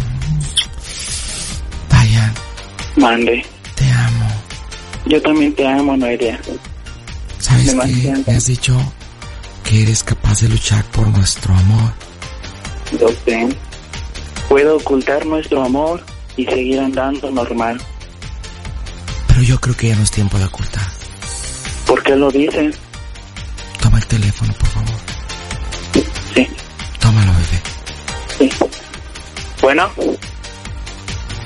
Dayan, Mande. te amo. Yo también te amo, Noelia. ¿Sabes qué? Demasiado. Me has dicho que eres capaz de luchar por nuestro amor. Yo sé. Puedo ocultar nuestro amor y seguir andando normal. Pero yo creo que ya no es tiempo de ocultar. ¿Por qué lo dices? Toma el teléfono, por favor. Sí. Tómalo, bebé. Sí. Bueno.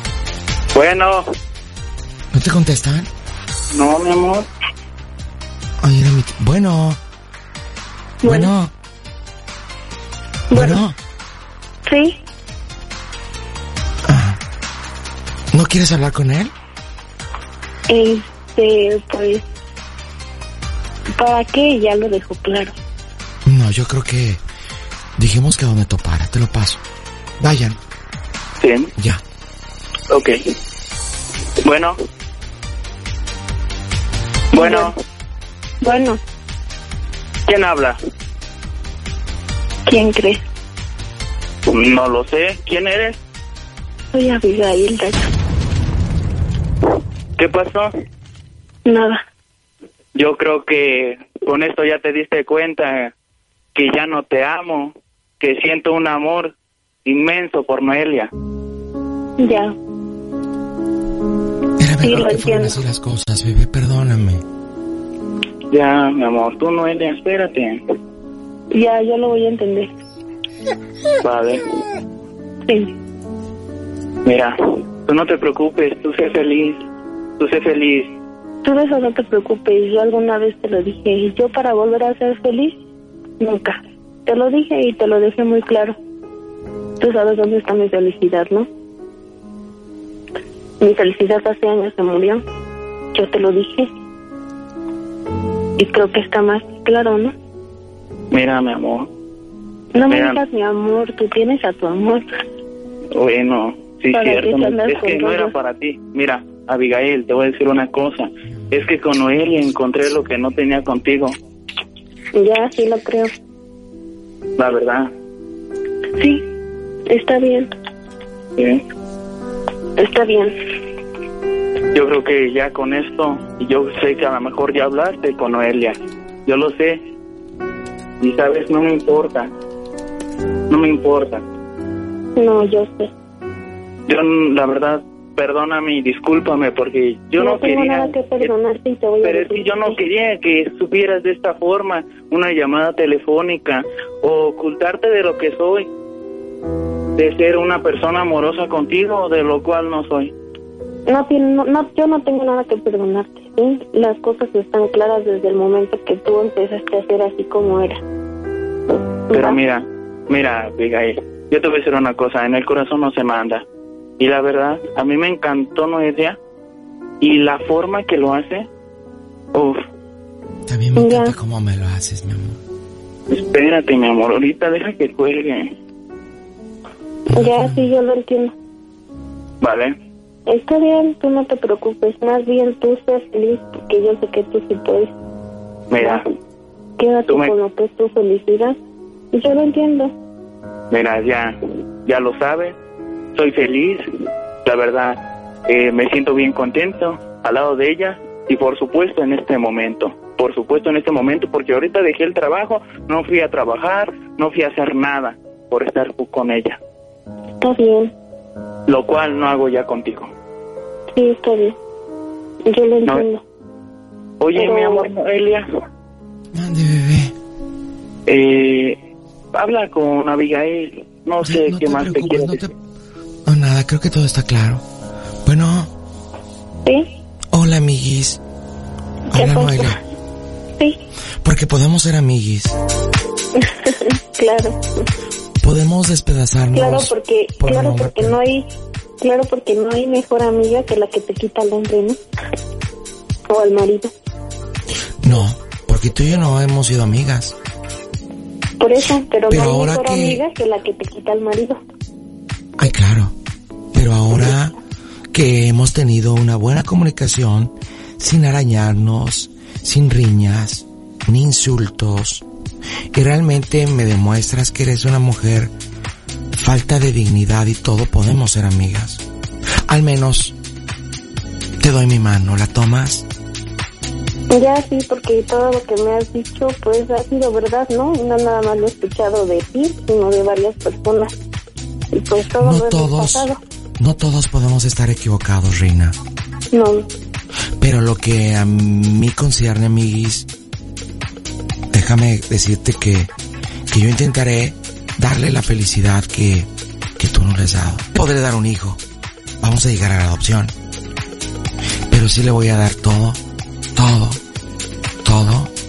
Bueno. ¿No te contestan? No, mi amor. Oye, era mi... Bueno. Sí. ¿No quieres hablar con él? Pues... ¿Para qué? Ya lo dejó claro. No, yo creo que... Dijimos que donde topara, te lo paso. Vayan. Bien. Ya. Ok. Bueno. ¿Quién habla? ¿Quién crees? No lo sé. ¿Quién eres? Soy Abigail, Dacho. ¿Qué pasó? Nada. Yo creo que con esto ya te diste cuenta que ya no te amo, que siento un amor inmenso por Noelia. Ya. Era Sí, mejor lo que fueran entiendo. así las cosas, bebé, perdóname. Ya, mi amor, tú Noelia, espérate. Ya, yo lo voy a entender. Vale. Sí. Mira, tú no te preocupes, tú sé feliz. Tú sé feliz. Tú de eso no te preocupes, yo alguna vez te lo dije. Y yo para volver a ser feliz, nunca. Te lo dije y te lo dejé muy claro. Tú sabes dónde está mi felicidad, ¿no? Mi felicidad hace años se murió. Yo te lo dije. Y creo que está más claro, ¿no? Mira, mi amor. No me Mira. digas mi amor, tú tienes a tu amor. Bueno, sí, ¿Para cierto. qué te andas Es que con no era rollos? para ti. Mira, Abigail, te voy a decir una cosa. Es que con Noelia encontré lo que no tenía contigo. Ya, sí lo creo. La verdad. Sí, está bien, Sí. está bien. Yo creo que ya con esto, y yo sé que a lo mejor ya hablaste con Noelia. Yo lo sé. Y sabes, no me importa. No me importa. No, yo sé. Yo, la verdad, perdóname y discúlpame porque yo no tengo quería... nada que perdonarte y te voy a Pero es decir que yo no que- quería que supieras de esta forma una llamada telefónica o ocultarte de lo que soy, de ser una persona amorosa contigo, de lo cual no soy. No, yo no tengo nada que perdonarte, ¿sí? Las cosas están claras desde el momento que tú empezaste a ser así como era. Pero ¿Va? mira, Abigail, yo te voy a decir una cosa, en el corazón no se manda. Y la verdad, a mí me encantó Noelia y la forma que lo hace, uff, También me Ya. encanta cómo me lo haces, mi amor. espérate mi amor, ahorita deja que cuelgue, Ya, sí, yo lo entiendo. ¿vale? Está bien, tú no te preocupes, más bien tú seas feliz, porque yo sé que tú sí puedes. Mira, Quédate tú me- con lo que es tu felicidad. Y yo lo entiendo. mira, ya lo sabes, soy feliz, la verdad, me siento bien contento al lado de ella y por supuesto en este momento, porque ahorita dejé el trabajo, no fui a trabajar, no fui a hacer nada por estar con ella, Está bien, lo cual no hago ya contigo. sí, está bien. Yo lo entiendo. Oye, Pero- mi amor Noelia, Mande, bebé. habla con Abigail, no sé No qué te más te preocupes, quiero no te... decir. No, nada, creo que todo está claro. Bueno, ¿Sí? hola, amiguis. ¿Qué Hola, pasó? Noelia. Sí, Porque podemos ser amiguis. claro. Podemos despedazarnos. Claro, porque por un hombre, pero- claro, porque no hay mejor amiga que la que te quita al hombre, ¿no? O al marido. No, porque tú y yo no hemos sido amigas. Por eso, pero Pero no hay ahora mejor que- amiga que la que te quita al marido. Ay, claro. Pero ahora que hemos tenido una buena comunicación, sin arañarnos, sin riñas, ni insultos, y realmente me demuestras que eres una mujer falta de dignidad y todo, podemos ser amigas. Al menos te doy mi mano, ¿la tomas? Ya sí, porque todo lo que me has dicho, pues ha sido verdad, ¿no? No nada más lo he escuchado de ti, sino de varias personas. Y pues todo No lo hemos todos, pasado. no todos podemos estar equivocados, Reina. No, Pero lo que a mí concierne, amiguis, déjame decirte que yo intentaré darle la felicidad que tú no le has dado. Podré dar un hijo, vamos a llegar a la adopción, pero sí le voy a dar todo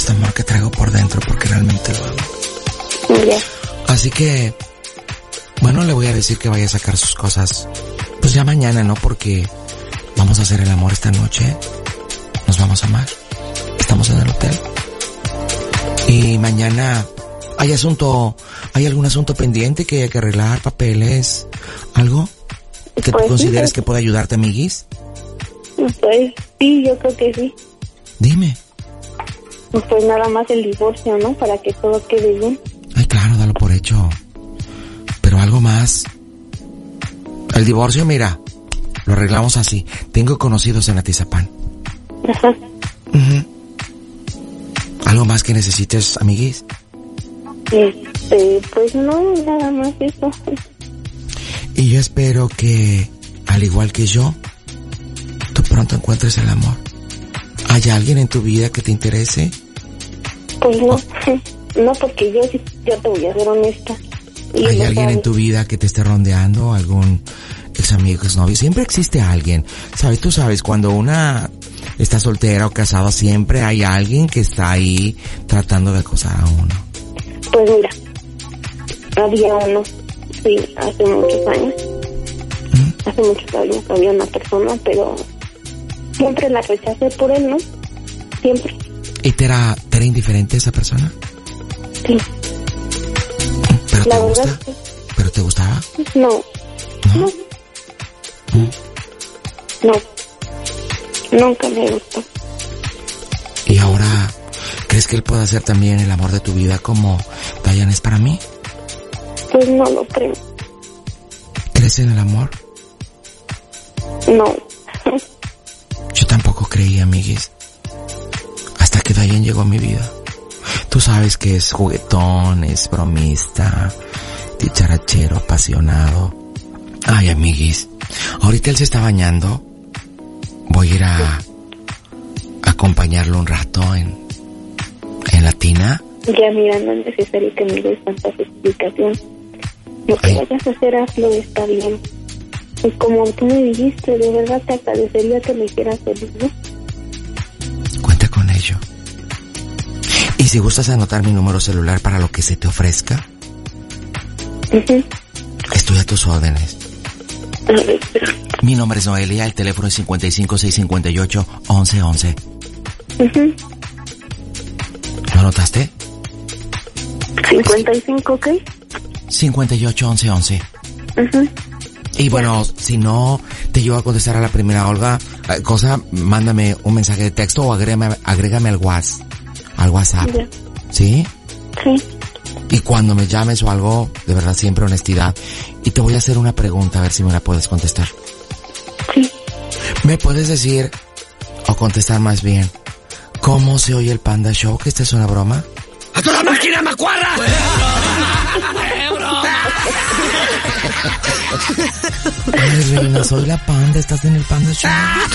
este amor que traigo por dentro porque realmente lo amo. Ya. Así que, bueno, le voy a decir que vaya a sacar sus cosas, pues ya mañana, ¿no? Porque vamos a hacer el amor esta noche, nos vamos a amar, estamos en el hotel. Y mañana, ¿hay algún asunto pendiente que haya que arreglar, papeles, algo que Pues tú consideres sí, que pueda ayudarte, amiguis? Pues sí, yo creo que sí. Dime. Pues nada más el divorcio, ¿no? Para que todo quede bien. Ay, claro, dalo por hecho. Pero algo más. El divorcio, mira, lo arreglamos así. Tengo conocidos en Atizapán. Ajá. Ujú. ¿Algo más que necesites, amiguis? Pues no, nada más eso. Y yo espero que, al igual que yo, tú pronto encuentres el amor. ¿Hay alguien en tu vida que te interese? Pues no, no, porque yo te voy a ser honesta. Y ¿Hay lo alguien en sabes. tu vida que te esté rondeando? ¿Algún ex amigo, ex novio? Siempre existe alguien. ¿Sabes? Tú sabes, cuando una está soltera o casada, siempre hay alguien que está ahí tratando de acosar a uno. Pues mira, había uno, sí, hace muchos años. Hace muchos años había una persona, pero siempre la rechacé por él, ¿no? Siempre. ¿Y te era indiferente esa persona? Sí. ¿Pero La te verdad gusta? ¿Pero te gustaba? No, ¿No? no, nunca me gustó. ¿Y ahora crees que él pueda ser también el amor de tu vida como Dayan es para mí? Pues no lo creo. ¿Crees en el amor? No. Yo tampoco creí, amiguis. Hasta que Dayan llegó a mi vida. Tú sabes que es juguetón, es bromista, dicharachero, apasionado. Ay, amiguis, ahorita él se está bañando. Voy a ir a acompañarlo un rato en la tina. Ya mira, no es necesario que me des tantas explicaciones. Lo que vayas a hacer, hazlo, está bien. Y como tú me dijiste, de verdad te agradecería que me hicieras feliz, ¿no? Cuenta con ello. Y si gustas anotar mi número celular para lo que se te ofrezca, estoy a tus órdenes. A ver, Mi nombre es Noelia, el teléfono es 55-658-1111. ¿Lo anotaste? 55, ¿qué? 58-1111. Y bueno, si no te llevo a contestar a la primera cosa, mándame un mensaje de texto o agrégame al WhatsApp. Ya. ¿Sí? Sí. Y cuando me llames o algo, de verdad siempre honestidad. Y te voy a hacer una pregunta, a ver si me la puedes contestar. Sí. ¿Me puedes decir, o contestar más bien, cómo se oye el Panda Show? ¿Que esta es una broma? ¡A toda máquina, macuarra! Ay, reina, soy la Panda, estás en el Panda Show.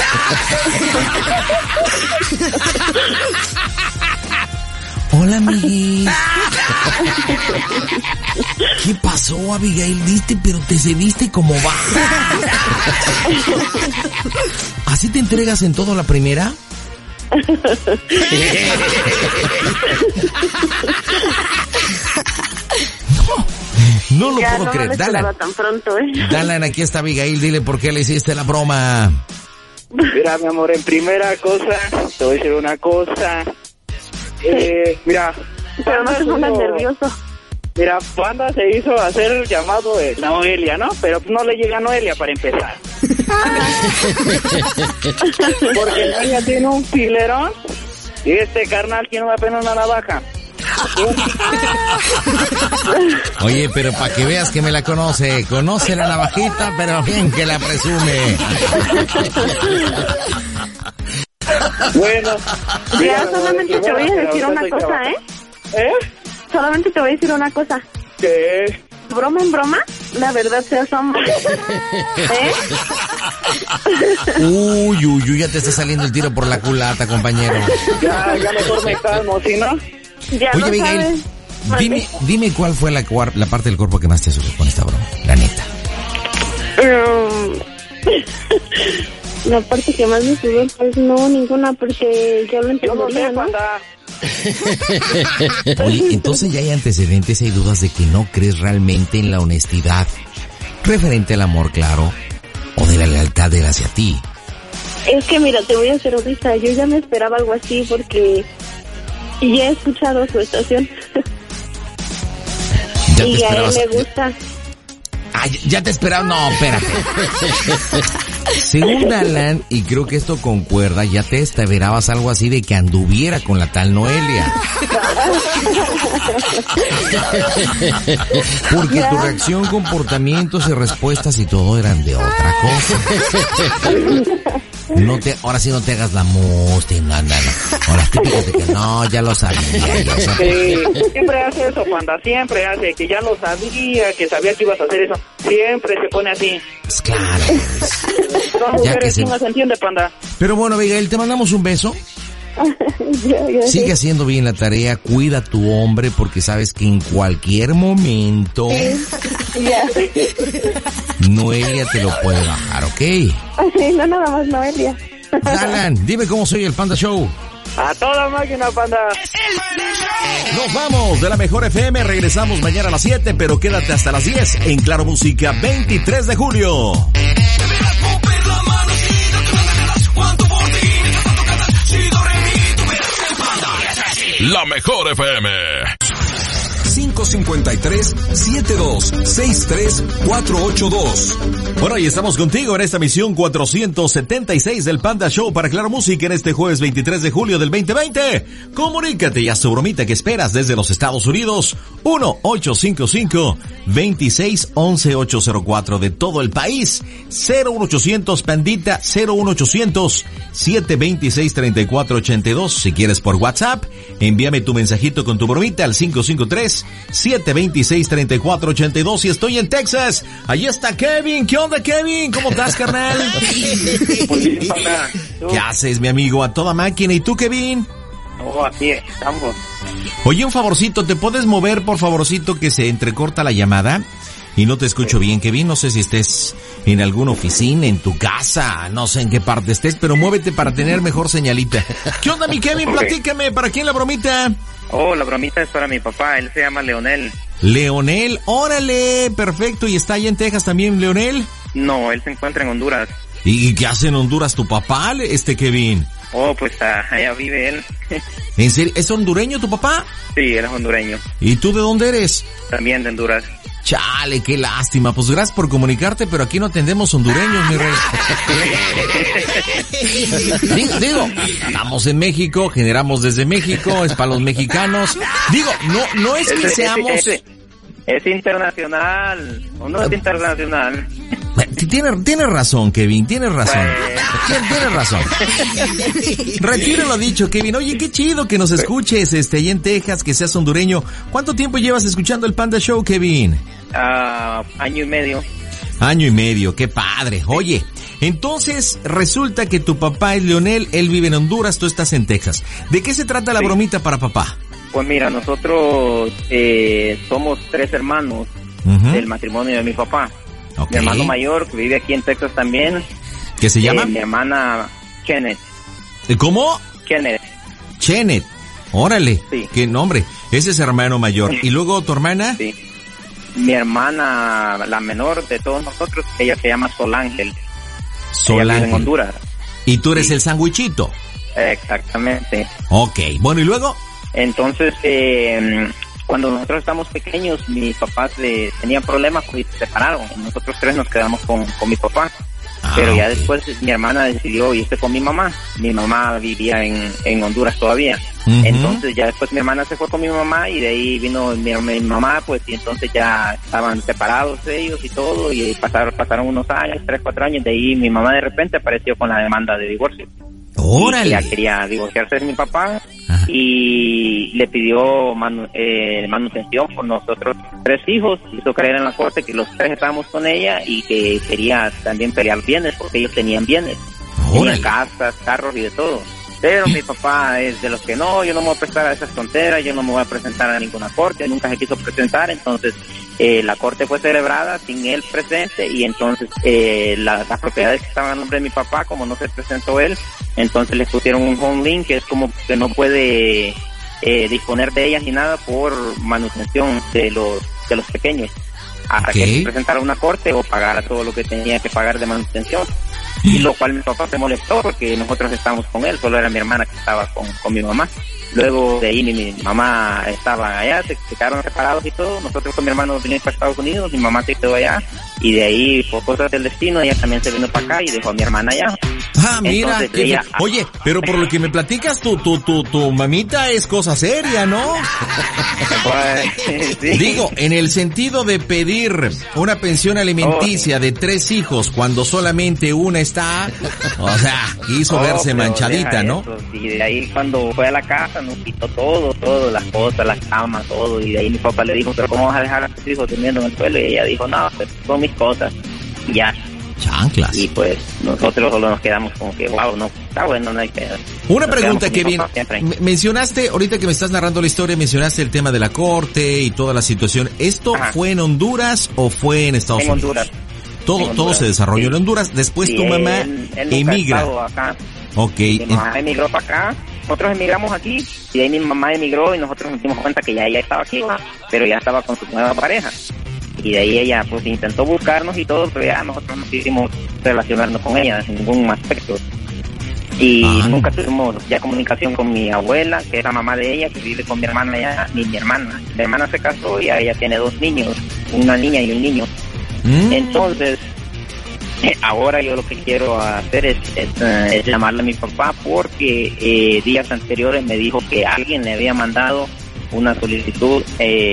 Hola, amiguis. ¿Qué pasó, Abigail? Diste, pero te cediste como va. ¿Así te entregas en todo la primera? No lo Ya puedo no creer. me lo Dale. esperaba tan pronto, ¿eh? Dale, aquí está Abigail, dile por qué le hiciste la broma. Mira, mi amor, en primera cosa, te voy a decir una cosa. Mira. Pero no te pongas nervioso. Mira, Panda se hizo hacer el llamado de Noelia, ¿no? Pero no le llega a Noelia para empezar. Porque Noelia tiene un filerón y este carnal tiene apenas una navaja. Oye, pero para que veas que me la conoce la navajita, pero bien que la presume. Bueno, Ya, solamente te voy a decir una cosa, ¿eh? Solamente te voy a decir una cosa. ¿Qué? Broma en broma, la verdad se asoma. Uy, ya te está saliendo el tiro por la culata, compañero. Ya mejor me calmo, ¿sí no? Ya Oye, lo Abigail, sabes. dime cuál fue la parte del cuerpo que más te asustó con esta broma, la neta. La parte que más me sudó, pues no, ninguna, porque ya lo Yo no entendería, sé, ¿no? Panda. Oye, entonces ya hay antecedentes, hay dudas de que no crees realmente en la honestidad referente al amor, claro, o de la lealtad de él hacia ti. Es que mira, te voy a ser honesta, yo ya me esperaba algo así porque ya he escuchado su estación. ¿Ya y te a él esperabas? le gusta. Ah, ya te esperaba, no, espérate. Según Alan, y creo que esto concuerda, ya te esperabas algo así de que anduviera con la tal Noelia. Porque tu reacción, comportamientos y respuestas y todo eran de otra cosa. Ahora sí no te hagas la musta, no. Ahora típicas de que no, ya lo sabía. Sí, siempre hace eso, Panda, siempre hace, que ya lo sabía, que sabía que ibas a hacer eso. Siempre se pone así. Pues claro. Son mujeres, ¿quién las entiende, Panda? Pero bueno, Abigail, te mandamos un beso. Sigue haciendo bien la tarea, cuida a tu hombre porque sabes que en cualquier momento Noelia te lo puede bajar, ¿ok? No, nada más Noelia. Alan, dime cómo soy el Panda Show. A toda máquina, Panda. Nos vamos de la Mejor FM, regresamos mañana a las 7, pero quédate hasta las 10 en Claro Música 23 de julio. La Mejor FM. 553-7263-482. Bueno, y estamos contigo en esta misión 476 del Panda Show para Claro Música en este jueves 23 de julio del 2020. Comunícate y haz tu bromita que esperas desde los Estados Unidos. 1-855-2611-804 de todo el país. 01800 Pandita, 01800-726-3482. Si quieres por WhatsApp, envíame tu mensajito con tu bromita al 553-726-3482. Y estoy en Texas. Allí está Kevin. ¿Qué onda, Kevin? ¿Cómo estás, carnal? ¿Qué haces, mi amigo? A toda máquina. ¿Y tú, Kevin? Oh, así estamos. Oye, un favorcito, ¿te puedes mover, por favorcito, que se entrecorta la llamada? Y no te escucho bien, Kevin. No sé si estés en alguna oficina, en tu casa, no sé en qué parte estés, pero muévete para tener mejor señalita. ¿Qué onda, mi Kevin? Okay. Platícame, ¿para quién la bromita? Oh, la bromita es para mi papá, él se llama Leonel. Leonel, órale, perfecto. ¿Y está allá en Texas también, Leonel? No, él se encuentra en Honduras. ¿Y qué hace en Honduras tu papá, Kevin? Oh, pues allá vive él. ¿En serio? ¿Es hondureño tu papá? Sí, él es hondureño. ¿Y tú de dónde eres? También de Honduras. Chale, qué lástima. Pues gracias por comunicarte, pero aquí no atendemos hondureños, mi rey. Digo, estamos en México, generamos desde México, es para los mexicanos. Digo, no es que seamos... Es internacional, ¿o no es internacional? Tienes razón, Kevin, tienes razón. Tienes razón. Retiro lo dicho, Kevin. Oye, qué chido que nos escuches allá en Texas, que seas hondureño. ¿Cuánto tiempo llevas escuchando el Panda Show, Kevin? Año y medio. Año y medio, qué padre. Oye, entonces resulta que tu papá es Leonel, él vive en Honduras, tú estás en Texas. ¿De qué se trata la bromita para papá? Pues mira, nosotros somos 3 hermanos del matrimonio de mi papá. Okay. Mi hermano mayor, que vive aquí en Texas también. ¿Qué se llama? Mi hermana Kenneth. ¿Cómo? Kenneth. Órale. Sí. Qué nombre. Ese es hermano mayor. ¿Y luego tu hermana? Sí. Mi hermana, la menor de todos nosotros, ella se llama Solángel. Ella vive en Honduras. ¿Y tú eres el sandwichito? Exactamente. Ok. Bueno, ¿y luego? Entonces, cuando nosotros estábamos pequeños, mis papás tenían problemas y se separaron. Nosotros 3 nos quedamos con mi papá. Pero ya después mi hermana decidió irse con mi mamá. Mi mamá vivía en Honduras todavía. Entonces ya después mi hermana se fue con mi mamá y de ahí vino mi mamá, pues, y entonces ya estaban separados ellos y todo, y pasaron unos años, 3, 4 años, de ahí mi mamá de repente apareció con la demanda de divorcio. ¡Órale! Y ya quería divorciarse de mi papá. Ajá. Y le pidió manutención por nosotros 3 hijos. Hizo creer en la corte que los 3 estábamos con ella y que quería también pelear bienes porque ellos tenían bienes. Tenían casas, carros y de todo. Pero mi papá es de los que no, yo no me voy a prestar a esas tonteras, yo no me voy a presentar a ninguna corte, nunca se quiso presentar. Entonces la corte fue celebrada sin él presente, y entonces las propiedades que estaban a nombre de mi papá, como no se presentó él, entonces les pusieron un home lien, que es como que no puede disponer de ellas ni nada por manutención de los pequeños, hasta que se presentara una corte o pagara todo lo que tenía que pagar de manutención. Y lo cual mi papá se molestó porque nosotros estábamos con él, solo era mi hermana que estaba con mi mamá. Luego de ahí mi mamá estaba allá, se quedaron separados y todo. Nosotros con mi hermano vinimos para Estados Unidos, mi mamá se quedó allá. Y de ahí, por cosas del destino, ella también se vino para acá y dejó a mi hermana allá. Ah, mira. Ella, oye, pero por lo que me platicas, tu mamita es cosa seria, ¿no? Sí. Digo, en el sentido de pedir una pensión alimenticia de 3 hijos cuando solamente una está, o sea, quiso verse manchadita, ¿no? Eso. Y de ahí cuando fue a la casa nos quitó todo, las cosas, las camas, todo. Y de ahí mi papá le dijo, pero ¿cómo vas a dejar a tus hijos durmiendo en el suelo? Y ella dijo, no, pues son mis cosas. Y ya. Chanclas. Y pues nosotros solo nos quedamos como que, wow, no, está bueno, no hay que... Una pregunta, Kevin. Mencionaste, ahorita que me estás narrando la historia, mencionaste el tema de la corte y toda la situación. ¿Esto fue en Honduras o fue en Estados Unidos? Honduras. Todo se desarrolló en Honduras. Después tu mamá emigra. Acá. Ok. Mi mamá emigró para acá. Nosotros emigramos aquí y de ahí mi mamá emigró y nosotros nos dimos cuenta que ya ella estaba aquí, pero ya estaba con su nueva pareja. Y de ahí ella pues intentó buscarnos y todo, pero ya nosotros no quisimos relacionarnos con ella en ningún aspecto. Y nunca tuvimos ya comunicación con mi abuela, que es la mamá de ella, que vive con mi hermana ya, ni mi hermana. Mi hermana se casó y ella tiene 2 niños, una niña y un niño. Entonces, ahora yo lo que quiero hacer es llamarle a mi papá porque días anteriores me dijo que alguien le había mandado una solicitud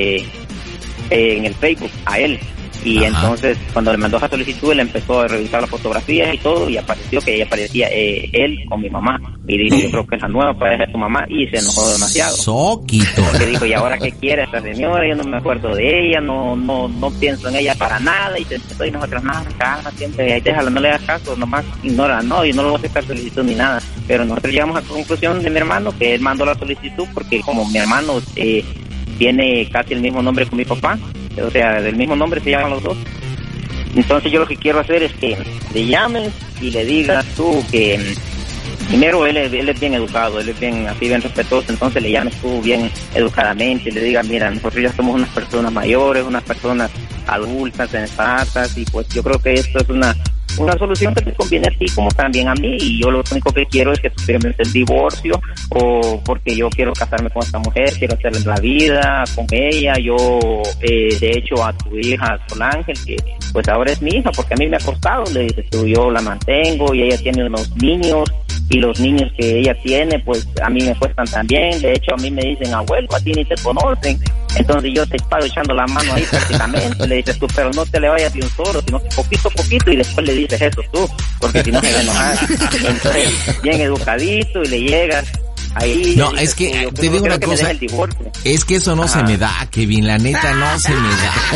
en el Facebook a él. Y entonces cuando le mandó esa solicitud él empezó a revisar las fotografías y todo y apareció que ella parecía él con mi mamá y dijo, yo creo que es la nueva pareja de tu mamá, y se enojó demasiado. Soquito. Porque dijo, ¿y ahora qué quiere esta señora? Yo no me acuerdo de ella, no pienso en ella para nada. Y estoy nosotros, nada, calma, siempre, ahí déjala, no le hagas caso, nomás ignora. No, yo no le voy a aceptar solicitud ni nada. Pero nosotros llegamos a la conclusión de mi hermano que él mandó la solicitud porque como mi hermano tiene casi el mismo nombre con mi papá, o sea, del mismo nombre se llaman los dos. Entonces yo lo que quiero hacer es que le llames y le digas tú que primero él es bien educado, él es bien así, bien respetuoso, entonces le llames tú bien educadamente y le digas, mira, nosotros ya somos unas personas mayores, unas personas adultas, sensatas, y pues yo creo que esto es una solución que te conviene a ti como también a mí, y yo lo único que quiero es que tú firmes el divorcio, o porque yo quiero casarme con esta mujer, quiero hacerle la vida con ella. Yo de hecho a tu hija Solángel, que pues ahora es mi hija porque a mí me ha costado, le dices tú, yo la mantengo y ella tiene unos niños, y los niños que ella tiene pues a mí me cuestan también. De hecho a mí me dicen, abuelo, a ti ni te conocen. Entonces yo te paro echando la mano ahí prácticamente, le dices tú, pero no te le vayas de un solo, sino que poquito a poquito, y después le dices eso tú, porque si no se va a enojar. Entonces, bien educadito, y le llegas ahí. No, es que te digo una cosa, es que eso no se me da, Kevin, la neta no se me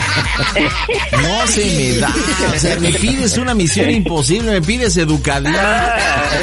da. No se me da. O sea, me pides una misión imposible, me pides educadidad.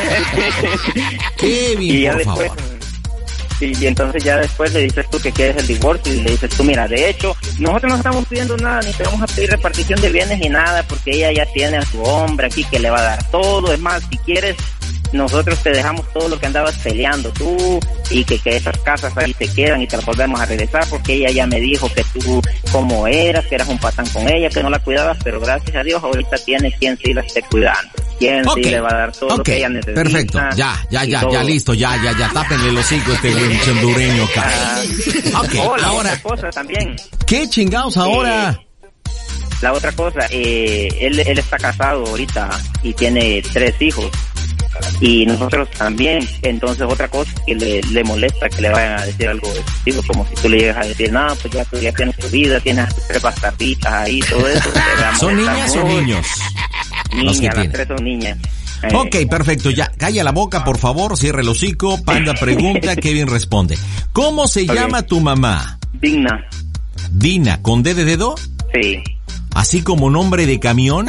Kevin, por favor. Y entonces ya después le dices tú que quieres el divorcio, y le dices tú, mira, de hecho, nosotros no estamos pidiendo nada, ni te vamos a pedir repartición de bienes ni nada, porque ella ya tiene a su hombre aquí que le va a dar todo. Es más, si quieres, nosotros te dejamos todo lo que andabas peleando tú, y que esas casas ahí te quedan y te las volvemos a regresar, porque ella ya me dijo que tú como eras, que eras un patán con ella, que no la cuidabas, pero gracias a Dios ahorita tiene quien sí la esté cuidando, quien sí le va a dar todo lo que ella necesita. Perfecto, ya, listo, ya, tápenle los hijos a este buen hondureño acá. Ahora, otra cosa también. ¿Qué chingados ahora? La otra cosa, él está casado ahorita y tiene 3 hijos. Y nosotros también. Entonces otra cosa que le molesta que le vayan a decir algo digo, como si tú le llegas a decir, no, pues ya tú ya tienes tu vida, tienes 3 bastarditas ahí, todo eso. ¿Son niñas o niños? Niñas, las 3 son niñas. Ok, perfecto, ya, calla la boca, por favor, cierre el hocico. Panda pregunta, Kevin responde. ¿Cómo se llama tu mamá? Dina. Dina, ¿con D de dedo? Sí. ¿Así como nombre de camión?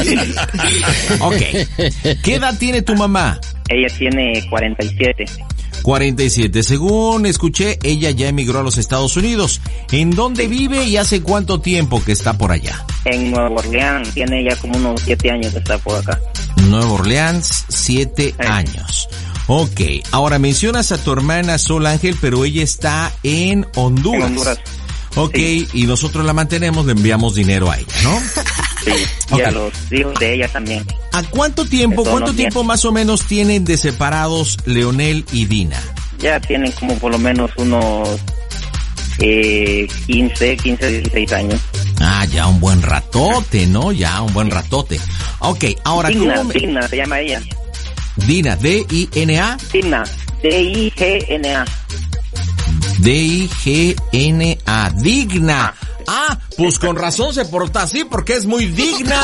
Ok. ¿Qué edad tiene tu mamá? Ella tiene 47. 47. Según escuché, ella ya emigró a los Estados Unidos. ¿En dónde vive y hace cuánto tiempo que está por allá? En Nueva Orleans, tiene ya como unos 7 años de estar por acá. Nueva Orleans, 7 años. Ok, ahora mencionas a tu hermana Sol Ángel, pero ella está en Honduras. En Honduras. Ok, sí. Y nosotros la mantenemos, le enviamos dinero a ella, ¿no? Sí, y a los hijos de ella también. ¿A cuánto tiempo más o menos tienen de separados Leonel y Dina? Ya tienen como por lo menos unos 15, 16 años. Ah, ya un buen ratote, ¿no? Ya un buen ratote. Ok, ahora... Digna se llama ella. Dina, D-I-N-A. Digna, D-I-G-N-A. D-I-G-N-A, Digna. Ah, pues con razón se porta así porque es muy digna.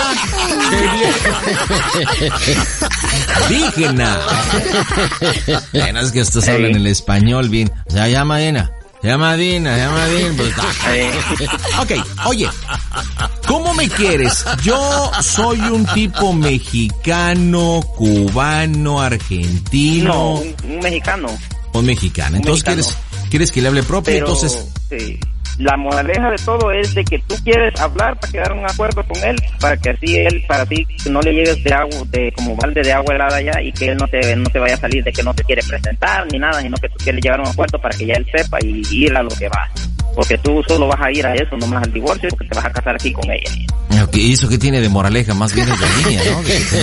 Digna. Bueno, es que estos hablan el español bien. Se llama Dina. Se llama Dina. Pues, ok, oye, ¿cómo me quieres? Yo soy un tipo mexicano, cubano, argentino. No, un mexicano. Un mexicano. Entonces, ¿quieres que le hable propio? Pero, entonces... Sí. La moraleja de todo es de que tú quieres hablar para quedar un acuerdo con él, para que así él, para ti, no le llegues de agua, como balde de agua helada ya, y que él no te vaya a salir de que no te quiere presentar ni nada, sino que tú quieres llegar a un acuerdo para que ya él sepa y ir a lo que va. Porque tú solo vas a ir a eso, nomás al divorcio, porque te vas a casar aquí con ella. ¿Y eso qué tiene de moraleja? Más bien es de línea, ¿no?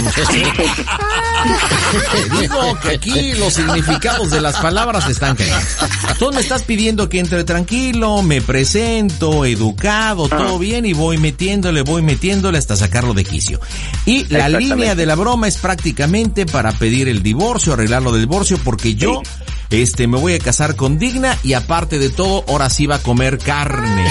Te digo que aquí los significados de las palabras están cayendo. Tú me estás pidiendo que entre tranquilo, me presento, educado, todo bien, y voy metiéndole hasta sacarlo de quicio. Y la línea de la broma es prácticamente para pedir el divorcio, arreglar lo del divorcio, porque yo... me voy a casar con Digna y aparte de todo, ahora sí va a comer carne.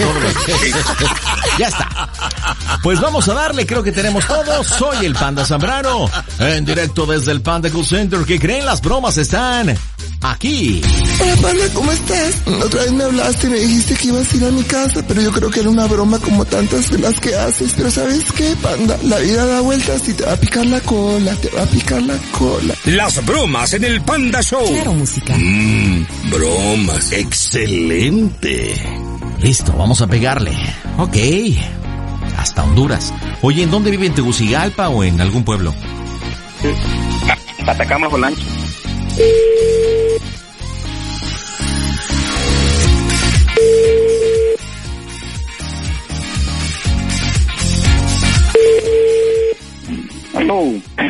Ya está. Pues vamos a darle, creo que tenemos todo. Soy el Panda Zambrano, en directo desde el Panda Cool Center. ¿Qué creen? Las bromas están aquí. Hola, Panda, ¿cómo estás? Otra vez me hablaste y me dijiste que ibas a ir a mi casa, pero yo creo que era una broma como tantas de las que haces. Pero ¿sabes qué, Panda? La vida da vueltas y te va a picar la cola, Las bromas en el Panda Show. Claro, música. Bromas. Excelente. Listo, vamos a pegarle. Ok. Hasta Honduras. Oye, ¿en dónde vive? ¿En Tegucigalpa o en algún pueblo? Atacama, Jolancho. Aló.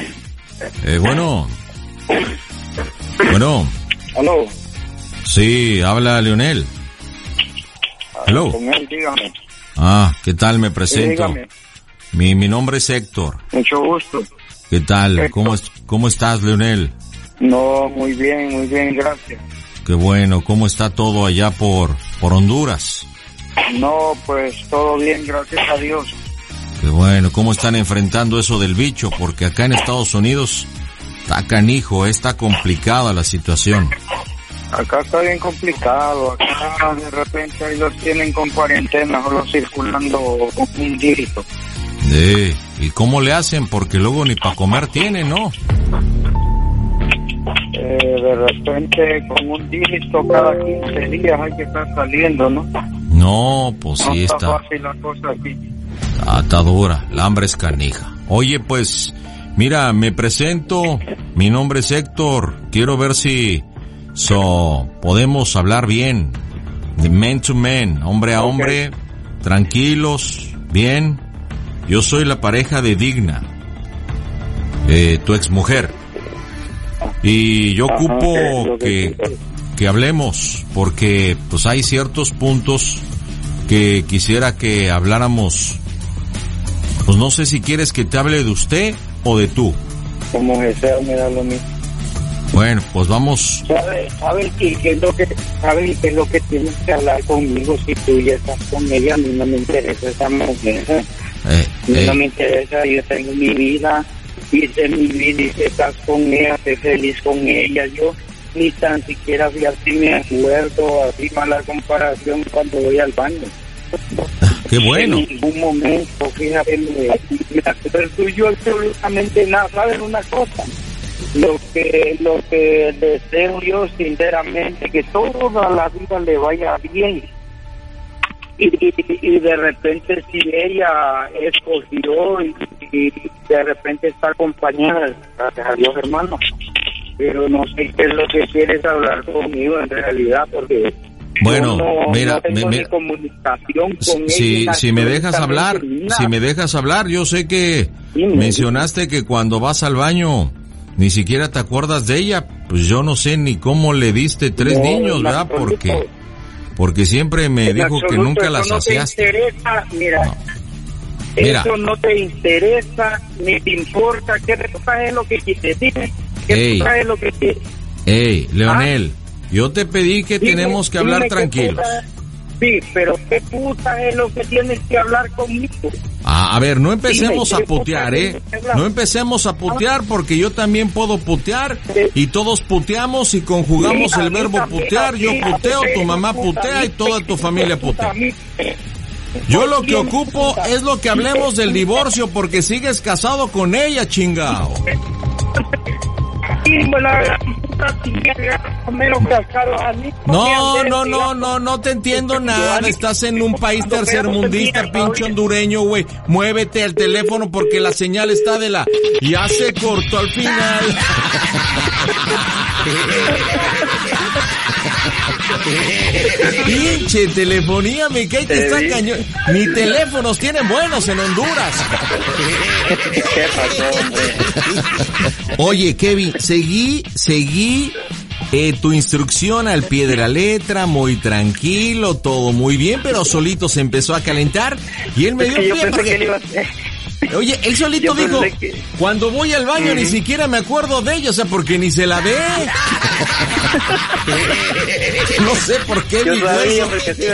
Bueno. Aló. Sí, habla Leonel. Hello. Con él, dígame. Ah, ¿qué tal? Me presento. Sí, mi nombre es Héctor. Mucho gusto. ¿Qué tal? Héctor. ¿Cómo estás, Leonel? No, muy bien, gracias. Qué bueno. ¿Cómo está todo allá por Honduras? No, pues todo bien, gracias a Dios. Qué bueno. ¿Cómo están enfrentando eso del bicho? Porque acá en Estados Unidos está canijo, está complicada la situación. Acá está bien complicado, acá de repente ahí los tienen con cuarentena, solo circulando con un dígito. ¿Y cómo le hacen? Porque luego ni para comer tienen, ¿no? De repente con un dígito cada 15 días hay que estar saliendo, ¿no? No, pues sí no está. Está fácil la cosa aquí. Está dura, la hambre es canija. Oye, pues, mira, me presento, mi nombre es Héctor, quiero ver si podemos hablar bien, de man to man, hombre a hombre, tranquilos, bien. Yo soy la pareja de Digna, tu exmujer, y yo ocupo que hablemos, porque pues hay ciertos puntos que quisiera que habláramos. Pues no sé si quieres que te hable de usted o de tú. Como que sea, me da lo mismo. Bueno, pues vamos. ¿Sabes qué es lo que tienes que hablar conmigo? Si tú ya estás con ella, a mí no me interesa esa mujer. No me interesa, yo tengo mi vida, hice mi vida y si estás con ella, sé feliz con ella. Yo ni tan siquiera así me acuerdo, así mala comparación cuando voy al baño. Qué bueno. En ningún momento, fíjate, me acuerdo yo absolutamente nada. ¿Sabes una cosa? Lo que deseo yo sinceramente, que toda la vida le vaya bien. Y de repente si ella escogió y de repente está acompañada, gracias a Dios, hermano. Pero no sé qué es lo que quieres hablar conmigo en realidad, porque bueno, mira, no tengo ni comunicación con ella. Si me dejas hablar, yo sé que mencionaste que cuando vas al baño ni siquiera te acuerdas de ella. Pues yo no sé ni cómo le diste 3 niños, ¿verdad? Porque siempre me dijo que nunca las saciaste. Mira, eso no te interesa, ni te importa. ¿Qué es lo que quieres? Dime, ¿qué es lo que quieres? Leonel, yo te pedí que tenemos que hablar tranquilos. Sí, pero ¿qué puta es lo que tienes que hablar conmigo? A ver, no empecemos a putear, No empecemos a putear porque yo también puedo putear y todos puteamos y conjugamos el verbo putear. Yo puteo, tu mamá putea y toda tu familia putea. Yo lo que ocupo es lo que hablemos del divorcio porque sigues casado con ella, chingao. No te entiendo nada. Estás en un país tercermundista, pinche hondureño, güey. Muévete al teléfono porque la señal está de la... Ya se cortó al final. Pinche telefonía, me cae que está cañón. Ni teléfonos tienen buenos en Honduras. ¿Qué pasó, hombre? Oye, Kevin, seguí tu instrucción al pie de la letra, muy tranquilo, todo muy bien, pero solito se empezó a calentar y él me dio pie porque... Oye, él solito dijo, cuando voy al baño ni siquiera me acuerdo de ella, o sea, porque ni se la ve. No sé por qué dijo eso.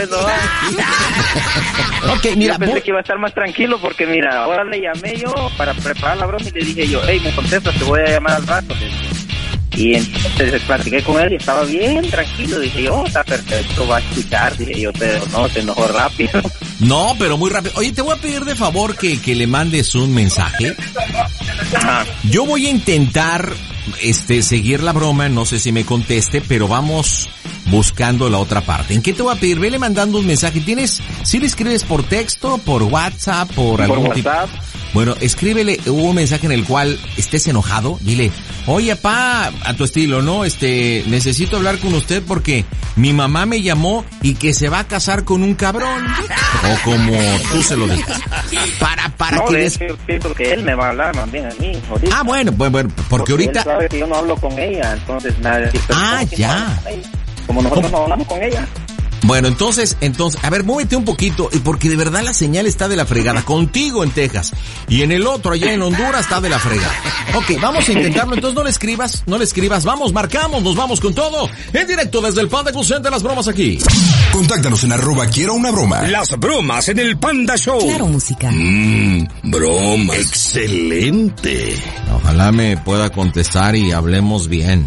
Ok, mira, yo pensé que iba a estar más tranquilo porque mira, ahora le llamé yo para preparar la broma y le dije yo, hey, me contestas, te voy a llamar al rato. Y entonces platiqué con él y estaba bien tranquilo. Dije yo, está perfecto, va a escuchar. Dije yo, pero no, se enojó rápido. No, pero muy rápido. Oye, te voy a pedir de favor que le mandes un mensaje. Ajá. Yo voy a intentar seguir la broma, no sé si me conteste, pero vamos buscando la otra parte. ¿En qué te voy a pedir? Vele mandando un mensaje. ¿Sí le escribes por texto, por WhatsApp, por algún WhatsApp? Bueno, escríbele un mensaje en el cual estés enojado. Dile, oye, pa, a tu estilo, ¿no? Necesito hablar con usted porque mi mamá me llamó y que se va a casar con un cabrón. O como tú se lo digas. Para no, que... yo pienso que él me va a hablar también a mí. Ahorita. Ah, bueno, porque ahorita... Él sabe que yo no hablo con ella, entonces nada. Ya. Como nosotros no hablamos con ella. Bueno, entonces, a ver, muévete un poquito, porque de verdad la señal está de la fregada. Contigo en Texas y en el otro allá en Honduras está de la fregada. Ok, vamos a intentarlo, entonces no le escribas, vamos, marcamos, nos vamos con todo, en directo desde el Panda Cool Center, las bromas aquí. Contáctanos en @quiero una broma. Las bromas en el Panda Show. Claro, música. Broma. Excelente. Ojalá me pueda contestar y hablemos bien.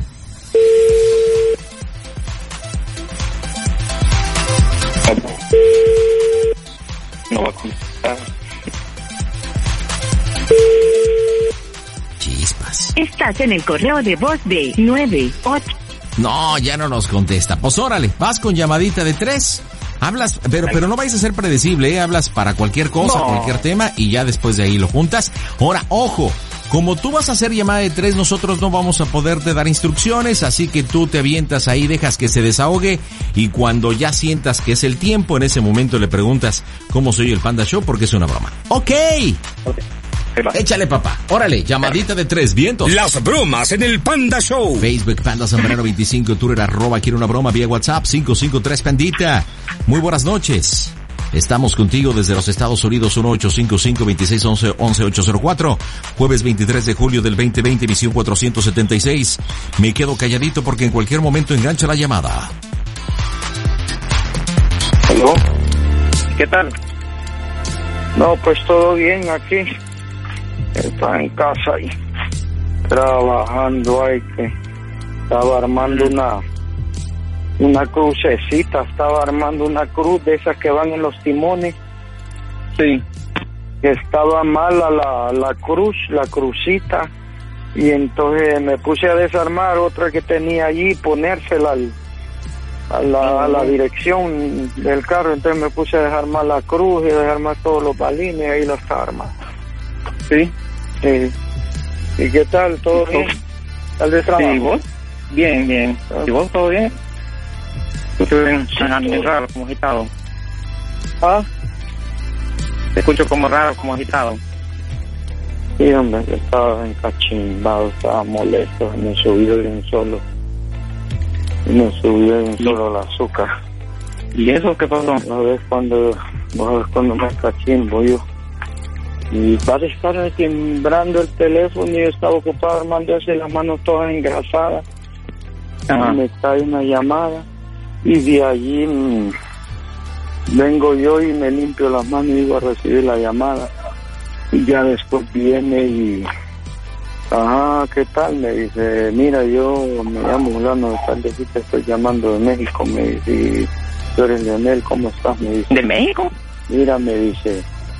No va a contestar. Chispas. Estás en el correo de voz de 98. No, ya no nos contesta. Pues órale, vas con llamadita de 3. Hablas, pero no vais a ser predecible, hablas para cualquier cosa, cualquier tema y ya después de ahí lo juntas. Ahora, ojo, como tú vas a hacer llamada de 3, nosotros no vamos a poderte dar instrucciones, así que tú te avientas ahí, dejas que se desahogue y cuando ya sientas que es el tiempo, en ese momento le preguntas cómo soy el Panda Show porque es una broma. ¡Ok! Échale, papá. Órale, llamadita de 3, vientos. Las bromas en el Panda Show. Facebook, Panda Zambrano 25, Twitter, @quiero una broma, vía WhatsApp, 553 Pandita. Muy buenas noches. Estamos contigo desde los Estados Unidos, 1855-2611-11804. Jueves 23 de julio del 2020, emisión 476. Me quedo calladito porque en cualquier momento engancha la llamada. ¿Aló? ¿Qué tal? No, pues todo bien aquí. Estaba en casa y trabajando ahí, que estaba armando una crucecita, estaba armando una cruz de esas que van en los timones. Sí. Que estaba mala la cruz, la crucita, Y entonces me puse a desarmar otra que tenía allí, ponérsela a la dirección del carro. Entonces me puse a desarmar la cruz y a desarmar todos los balines, y ahí lo está armando. ¿Sí? ¿Y qué tal? ¿Todo bien? ¿Tal de trabajo? Sí, ¿vos? Bien. ¿Y vos todo bien? Estoy bien raro, como agitado. ¿Ah? Te escucho como raro, como agitado. Sí, hombre, estaba encachimbado, estaba molesto, me subió de un solo el azúcar. ¿Y eso qué pasó? A ver cuando me cachimbo yo. Y va a estar timbrando el teléfono y estaba ocupado armándose las manos todas engrasadas. Me cae una llamada y de allí vengo yo y me limpio las manos y iba a recibir la llamada. Y ya después viene y... Ajá, ¿qué tal? Me dice, mira, yo me llamo Fulano de tal, te estoy llamando de México. Me dice, y tú eres Leonel, ¿cómo estás? Me dice. ¿De México? Mira, me dice,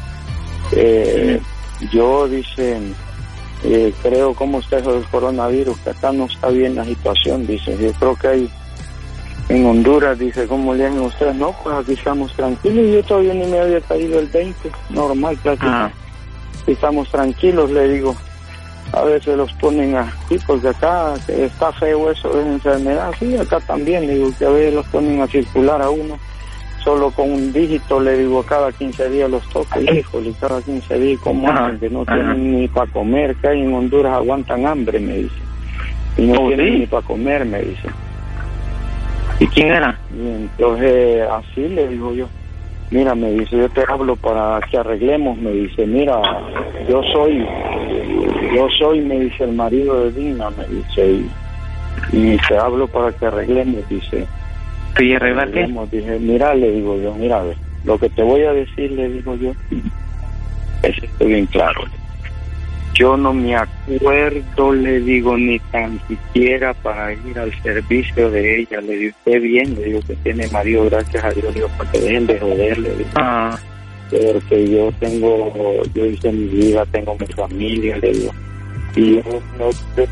yo, dice, creo, ¿cómo está eso del coronavirus? Que acá no está bien la situación, dice. Yo creo que hay en Honduras, dice, ¿cómo le hacen ustedes? No, pues aquí estamos tranquilos. Yo todavía ni me había caído el 20, normal, prácticamente. Estamos tranquilos, le digo. A veces los ponen aquí, porque acá está feo eso de enfermedad. Sí, acá también, le digo, que a veces los ponen a circular a uno, solo con un dígito, le digo, cada 15 días los toca. Híjole, cada 15 días, como que no tienen ni para comer, que hay en Honduras aguantan hambre, me dice. Y no tienen ni para comer, me dice. ¿Y quién era? Y entonces, así le digo yo. Mira, me dice, yo te hablo para que arreglemos, me dice, mira, yo soy, me dice, el marido de Dina, me dice, y te hablo para que arreglemos, dice. ¿Y arreglar qué? Dije, mira, le digo yo, mira, lo que te voy a decir, le digo yo, es esto bien claro. Yo no me acuerdo, le digo, ni tan siquiera para ir al servicio de ella. Le digo, qué bien, le digo, que tiene marido, gracias a Dios, le digo, para que dejen de joder, le digo. Porque yo hice mi vida, tengo mi familia, le digo. Y yo no sé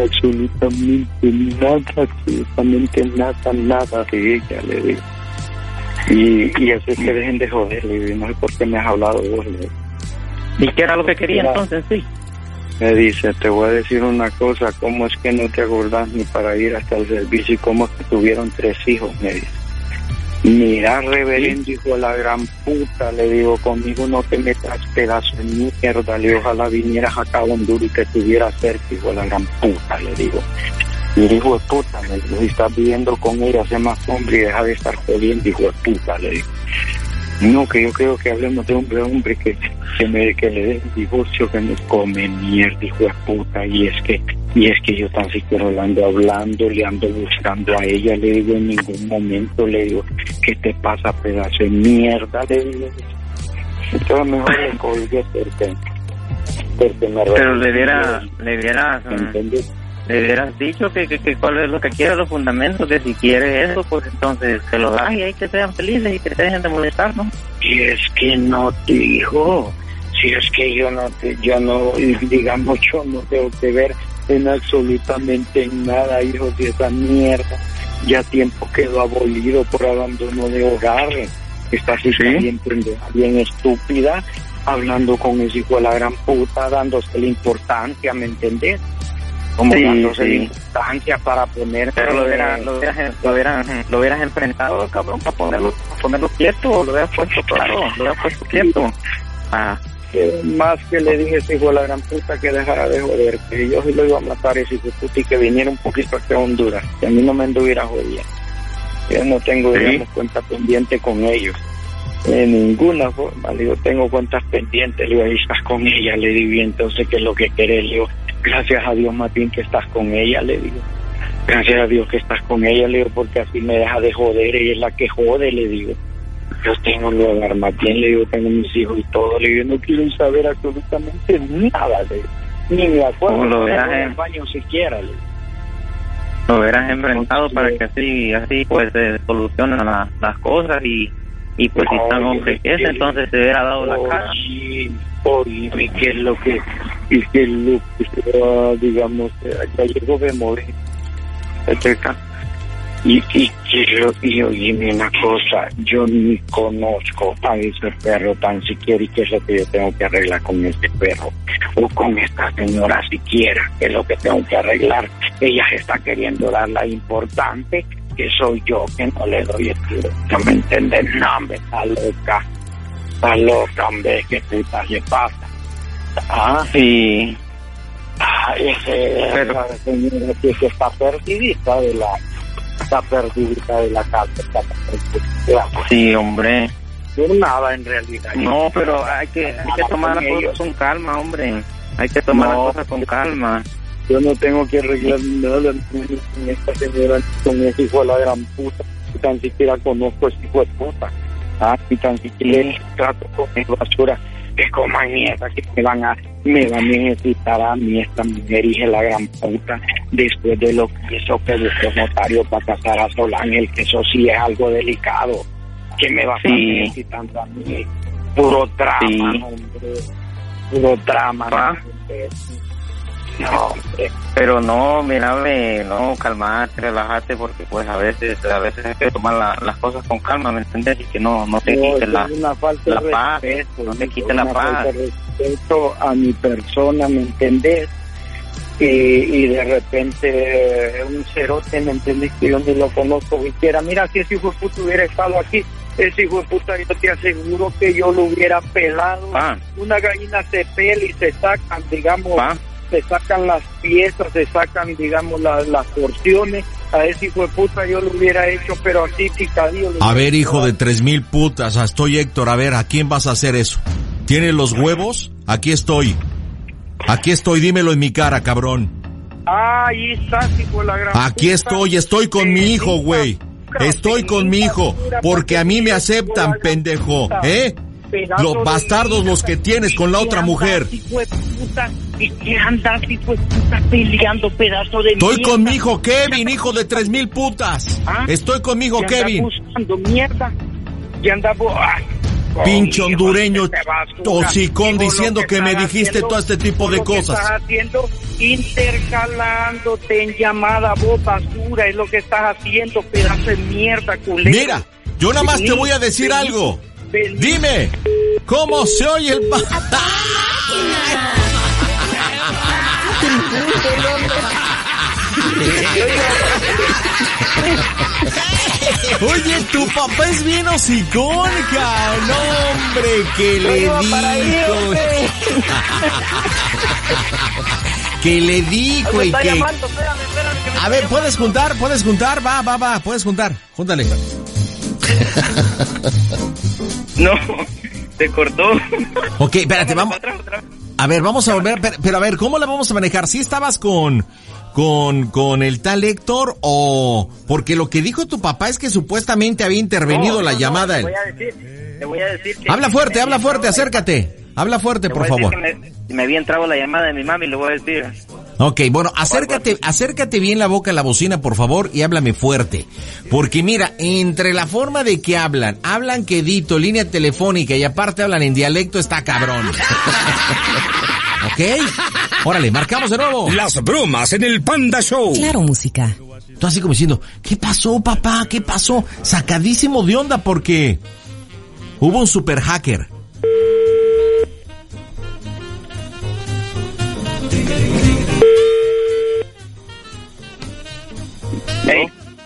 absolutamente nada de ella, le digo. Y así es que dejen de joder, le digo, no sé por qué me has hablado vos, le digo. ¿Y qué era lo que quería entonces, sí? Me dice, te voy a decir una cosa, ¿cómo es que no te acordás ni para ir hasta el servicio y cómo es que tuvieron 3 hijos? Me dice. Mira, reverendo, hijo de la gran puta, le digo, conmigo no te metas pedazo de mierda, le digo, ojalá vinieras acá a Honduras y te tuvieras cerca, hijo de la gran puta, le digo. Y el hijo de puta, me dijo, si estás viviendo con ella, sé más hombre y deja de estar jodiendo, hijo de puta, le digo. No, que yo creo que hablemos de hombre a hombre, que le dé un divorcio, que me come mierda, hijo de puta, y es que yo tan siquiera le ando buscando a ella, le digo, en ningún momento, le digo, ¿qué te pasa, pedazo de mierda? Le digo, entonces mejor le colgué porque me pero le hubieras dicho que cuál es lo que quiere, los fundamentos, que si quiere eso, pues entonces se lo das y hay que sean felices y que te dejen de molestar, ¿no? Y es que no te dijo, si es que yo no tengo que ver en absolutamente nada, hijos de esa mierda. Ya tiempo quedó abolido por abandono de hogar. Esta bien pendeja, bien estúpida, hablando con ese hijo de la gran puta, dándose la importancia, ¿me entendés? Como dándose la importancia para poner... Pero lo hubieras enfrentado, cabrón, para ponerlo quieto, o lo hubieras puesto claro, lo hubieras puesto quieto. Más que le dije ese hijo de la gran puta que dejara de joder, que yo sí lo iba a matar ese hijo de puta y que viniera un poquito aquí a Honduras, que a mí no me anduviera jodiendo. Yo no tengo, digamos, cuenta pendiente con ellos. De ninguna forma, le digo, tengo cuentas pendientes, le digo, ahí estás con ella, le digo, y entonces, ¿qué es lo que querés? Le digo, gracias a Dios, Martín, que estás con ella, le digo. Gracias a Dios que estás con ella, le digo, porque así me deja de joder, ella es la que jode, le digo. Yo tengo mi hogar, Martín, le digo, tengo mis hijos y todo, le digo, no quiero saber absolutamente nada, le digo. Ni me acuerdo en el baño siquiera, le digo. Lo hubieras enfrentado para que así pues se solucionen las cosas y Y pues si tan hombre que es, entonces se hubiera dado la cara. ¿Y qué es lo que, digamos, ya llegó de morir? Y oíme una cosa, yo ni conozco a ese perro tan siquiera, y qué es lo que yo tengo que arreglar con este perro o con esta señora siquiera, que es lo que tengo que arreglar. Ella se está queriendo dar la importante que soy yo, que no le doy el tiro. No me entiendes, no, hombre, está loca, hombre, qué puta le pasa. Sí. Esa señora que está perdidita de la casa. Sí, hombre. Por nada, en realidad. No, pero hay que tomar las cosas con calma, hombre. Hay que tomar las cosas con calma. Yo no tengo que arreglar nada con esta señora, con ese hijo de la gran puta. Ni tan siquiera conozco a ese hijo de puta. Ni tan siquiera trato con mi basura. Que coman mierda, que me van a necesitar a mí esta mujer, hija de la gran puta, después de lo que hizo que buscó notario para casar a Sol Ángel, que eso sí es algo delicado, que me va a estar necesitando a mí. Puro drama, hombre. Puro drama. No, hombre. Pero no, mírame, no, calmate, relájate, porque pues a veces hay que tomar las cosas con calma, ¿me entiendes? Y que no te quite la paz, no te quite la paz. Respeto a mi persona, ¿me entendés? Y de repente un cerote, ¿me entendés? Que yo ni lo conozco siquiera. Mira, si ese hijo de puta hubiera estado aquí, ese hijo de puta, yo te aseguro que yo lo hubiera pelado. Una gallina se pela y se sacan, digamos, se sacan las piezas, se sacan, digamos, las porciones. A ese hijo de puta yo lo hubiera hecho, pero así picadillo. A ver, hijo de 3,000 putas, estoy Héctor, a ver, ¿a quién vas a hacer eso? ¿Tienes los huevos? Aquí estoy, dímelo en mi cara, cabrón. Ahí estás, hijo de la gran Aquí puta. estoy con mi hijo, güey. Estoy con mi hijo, porque a mí me aceptan, pendejo, ¿eh? Los bastardos los que tienes con la otra mujer. ¿Y qué andas, hijo de puta, peleando, pedazo de Estoy mierda? con mi hijo Kevin, hijo de 3,000 putas. Estoy con mi hijo Kevin. Buscando mierda. ¿Qué anda Pinche hondureño hocicón diciendo que me dijiste todo este tipo de cosas. Estás haciendo intercalándote en llamada, vos basura, es lo que estás haciendo, pedazo de mierda, culero. Mira, yo nada más te voy a decir algo. Dime, ¿cómo se oye el Oye, tu papá es bien hocicónica. No, hombre, que le dijo. Que le dijo y que... A ver, ¿puedes juntar? Va, puedes juntar. Júntale. No, te cortó. Ok, espérate, vamos. A ver, vamos a volver, pero a ver, ¿cómo la vamos a manejar? ¿Sí estabas con el tal Héctor o...? Porque lo que dijo tu papá es que supuestamente había intervenido la llamada. Te voy a decir que... Habla fuerte, acércate. Habla fuerte, por favor. Me había entrado la llamada de mi mami, le voy a decir. Ok, bueno, acércate bien la boca a la bocina, por favor, y háblame fuerte. Porque mira, entre la forma de que hablan quedito, línea telefónica, y aparte hablan en dialecto, está cabrón. ¿Ok? Órale, marcamos de nuevo. Las bromas en el Panda Show. Claro, música. Tú así como diciendo, ¿qué pasó, papá? ¿Qué pasó? Sacadísimo de onda porque hubo un super hacker. Hey.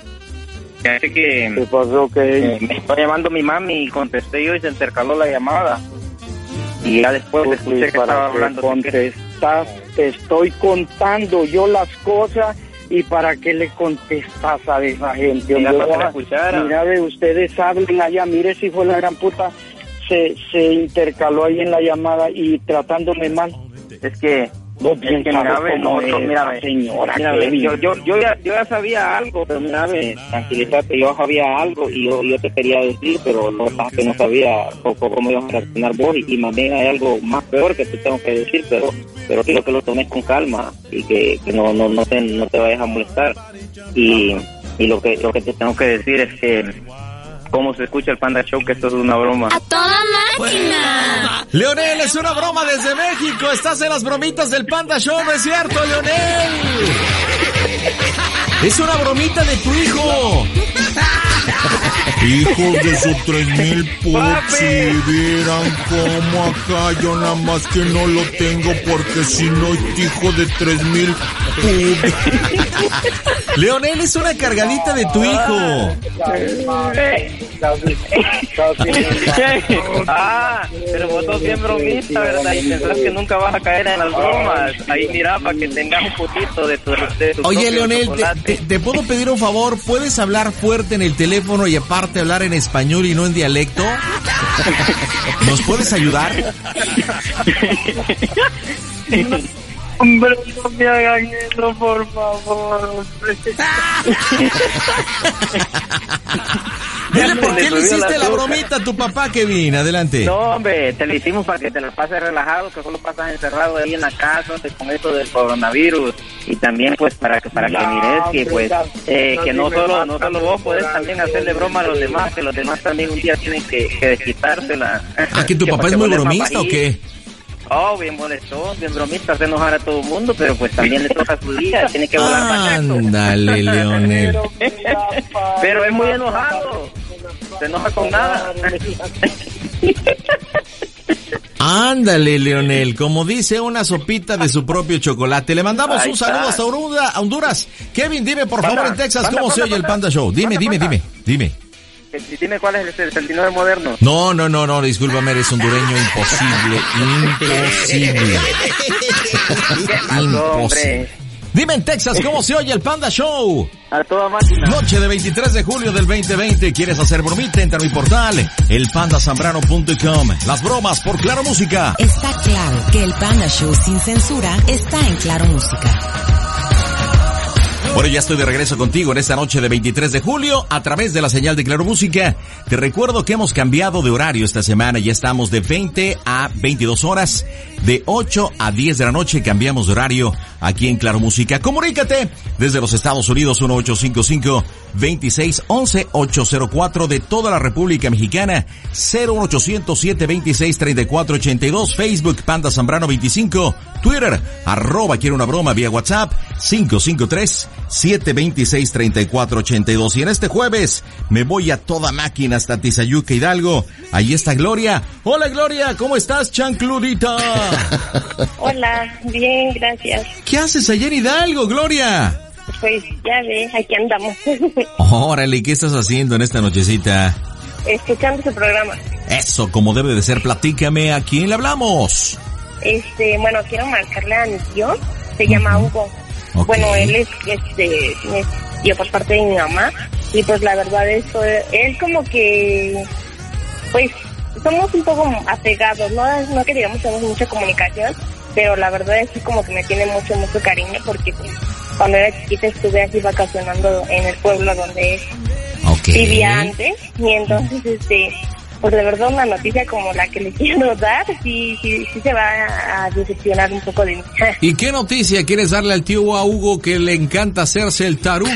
¿Qué pasó? Me está llamando mi mami y contesté yo y se intercaló la llamada. Y ya después escuché que estaba hablando. Contestas, te estoy contando yo las cosas y para qué le contestas a esa gente. Mira, de ustedes hablen allá, mire si fue la gran puta, se intercaló ahí en la llamada y tratándome mal. Es que señora, yo ya sabía algo, pero tranquilízate, yo sabía algo y yo te quería decir, pero no sabía cómo ibas a reaccionar vos y más bien hay algo más peor que te tengo que decir, pero quiero que lo tomes con calma y que no te vayas a molestar y lo que te tengo que decir es que cómo se escucha el Panda Show, que esto es una broma. ¡A toda máquina! Leonel, es una broma desde México. Estás en las bromitas del Panda Show, ¿no es cierto, Leonel? Es una bromita de tu hijo. Hijos de su 3000 Pupsi, vieran cómo acá yo nada más que no lo tengo porque si no es hijo de 3000 Pupsi. Leonel, es una cargadita de tu hijo. Pero vos sos bien bromista, ¿verdad? Y pensás que nunca vas a caer en las bromas. Ahí mira, para que tengas un poquito de tu Oye, Leonel, ¿te puedo pedir un favor? ¿Puedes hablar fuerte en el teléfono y aparte hablar en español y no en dialecto? ¿Nos puedes ayudar? Hombre, no me hagan eso, por favor. Dile, ¿por qué le hiciste la bromita a tu papá, Kevin? Adelante. No, hombre, te lo hicimos para que te la pases relajado, que solo pasas encerrado ahí en la casa con esto del coronavirus. Y también, pues, para que mires que, pues, que no solo vos podés también hacerle broma a los demás, que los demás también un día tienen que desquitársela. ¿Ah, que tu papá es muy bromista o qué? Oh, bien molestón, bien bromista, hace enojar a todo el mundo, pero pues también le toca su día, tiene que volar para Ándale, Leonel. Pero es muy enojado, se enoja con nada. Ándale, Leonel, como dice, una sopita de su propio chocolate. Le mandamos un saludo hasta Honduras. Kevin, dime por favor en Texas cómo se oye el Panda Show. Dime. Dime cuál es el 39 moderno. No, discúlpame, eres hondureño, imposible. Imposible. Dime en Texas cómo se oye el Panda Show. A toda máquina. Noche de 23 de julio del 2020. ¿Quieres hacer bromita? Entra a mi portal, elpandasambrano.com. Las bromas por Claro Música. Está claro que el Panda Show sin censura está en Claro Música. Bueno, ya estoy de regreso contigo en esta noche de 23 de julio a través de la señal de Claro Música. Te recuerdo que hemos cambiado de horario esta semana. Ya estamos de 20 a 22 horas. De 8 a 10 de la noche cambiamos de horario aquí en Claro Música. Comunícate desde los Estados Unidos 1855-2611-804 de toda la República Mexicana 01800-726-3482, Facebook Panda Zambrano 25, Twitter @quiero una broma vía WhatsApp 553-726-3482. Y en este jueves me voy a toda máquina hasta Tizayuca, Hidalgo. Ahí está Gloria. Hola Gloria, ¿cómo estás, chancludita? Hola, bien, gracias. ¿Qué haces allá en Hidalgo, Gloria? Pues ya ves, aquí andamos. Órale, ¿qué estás haciendo en esta nochecita? Escuchando su programa. Eso, como debe de ser, platícame, ¿a quién le hablamos? Bueno, quiero marcarle a mi tío, se llama Hugo. Okay. Bueno, él es tío por parte de mi mamá, y pues la verdad es él como que, pues, somos un poco apegados, no que digamos tenemos mucha comunicación, pero la verdad es que como que me tiene mucho cariño, porque pues, cuando era chiquita estuve así vacacionando en el pueblo donde vivía antes, y entonces pues de verdad una noticia como la que le quiero dar, sí se va a decepcionar un poco de mí. ¿Y qué noticia quieres darle al tío a Hugo que le encanta hacerse el tarugo?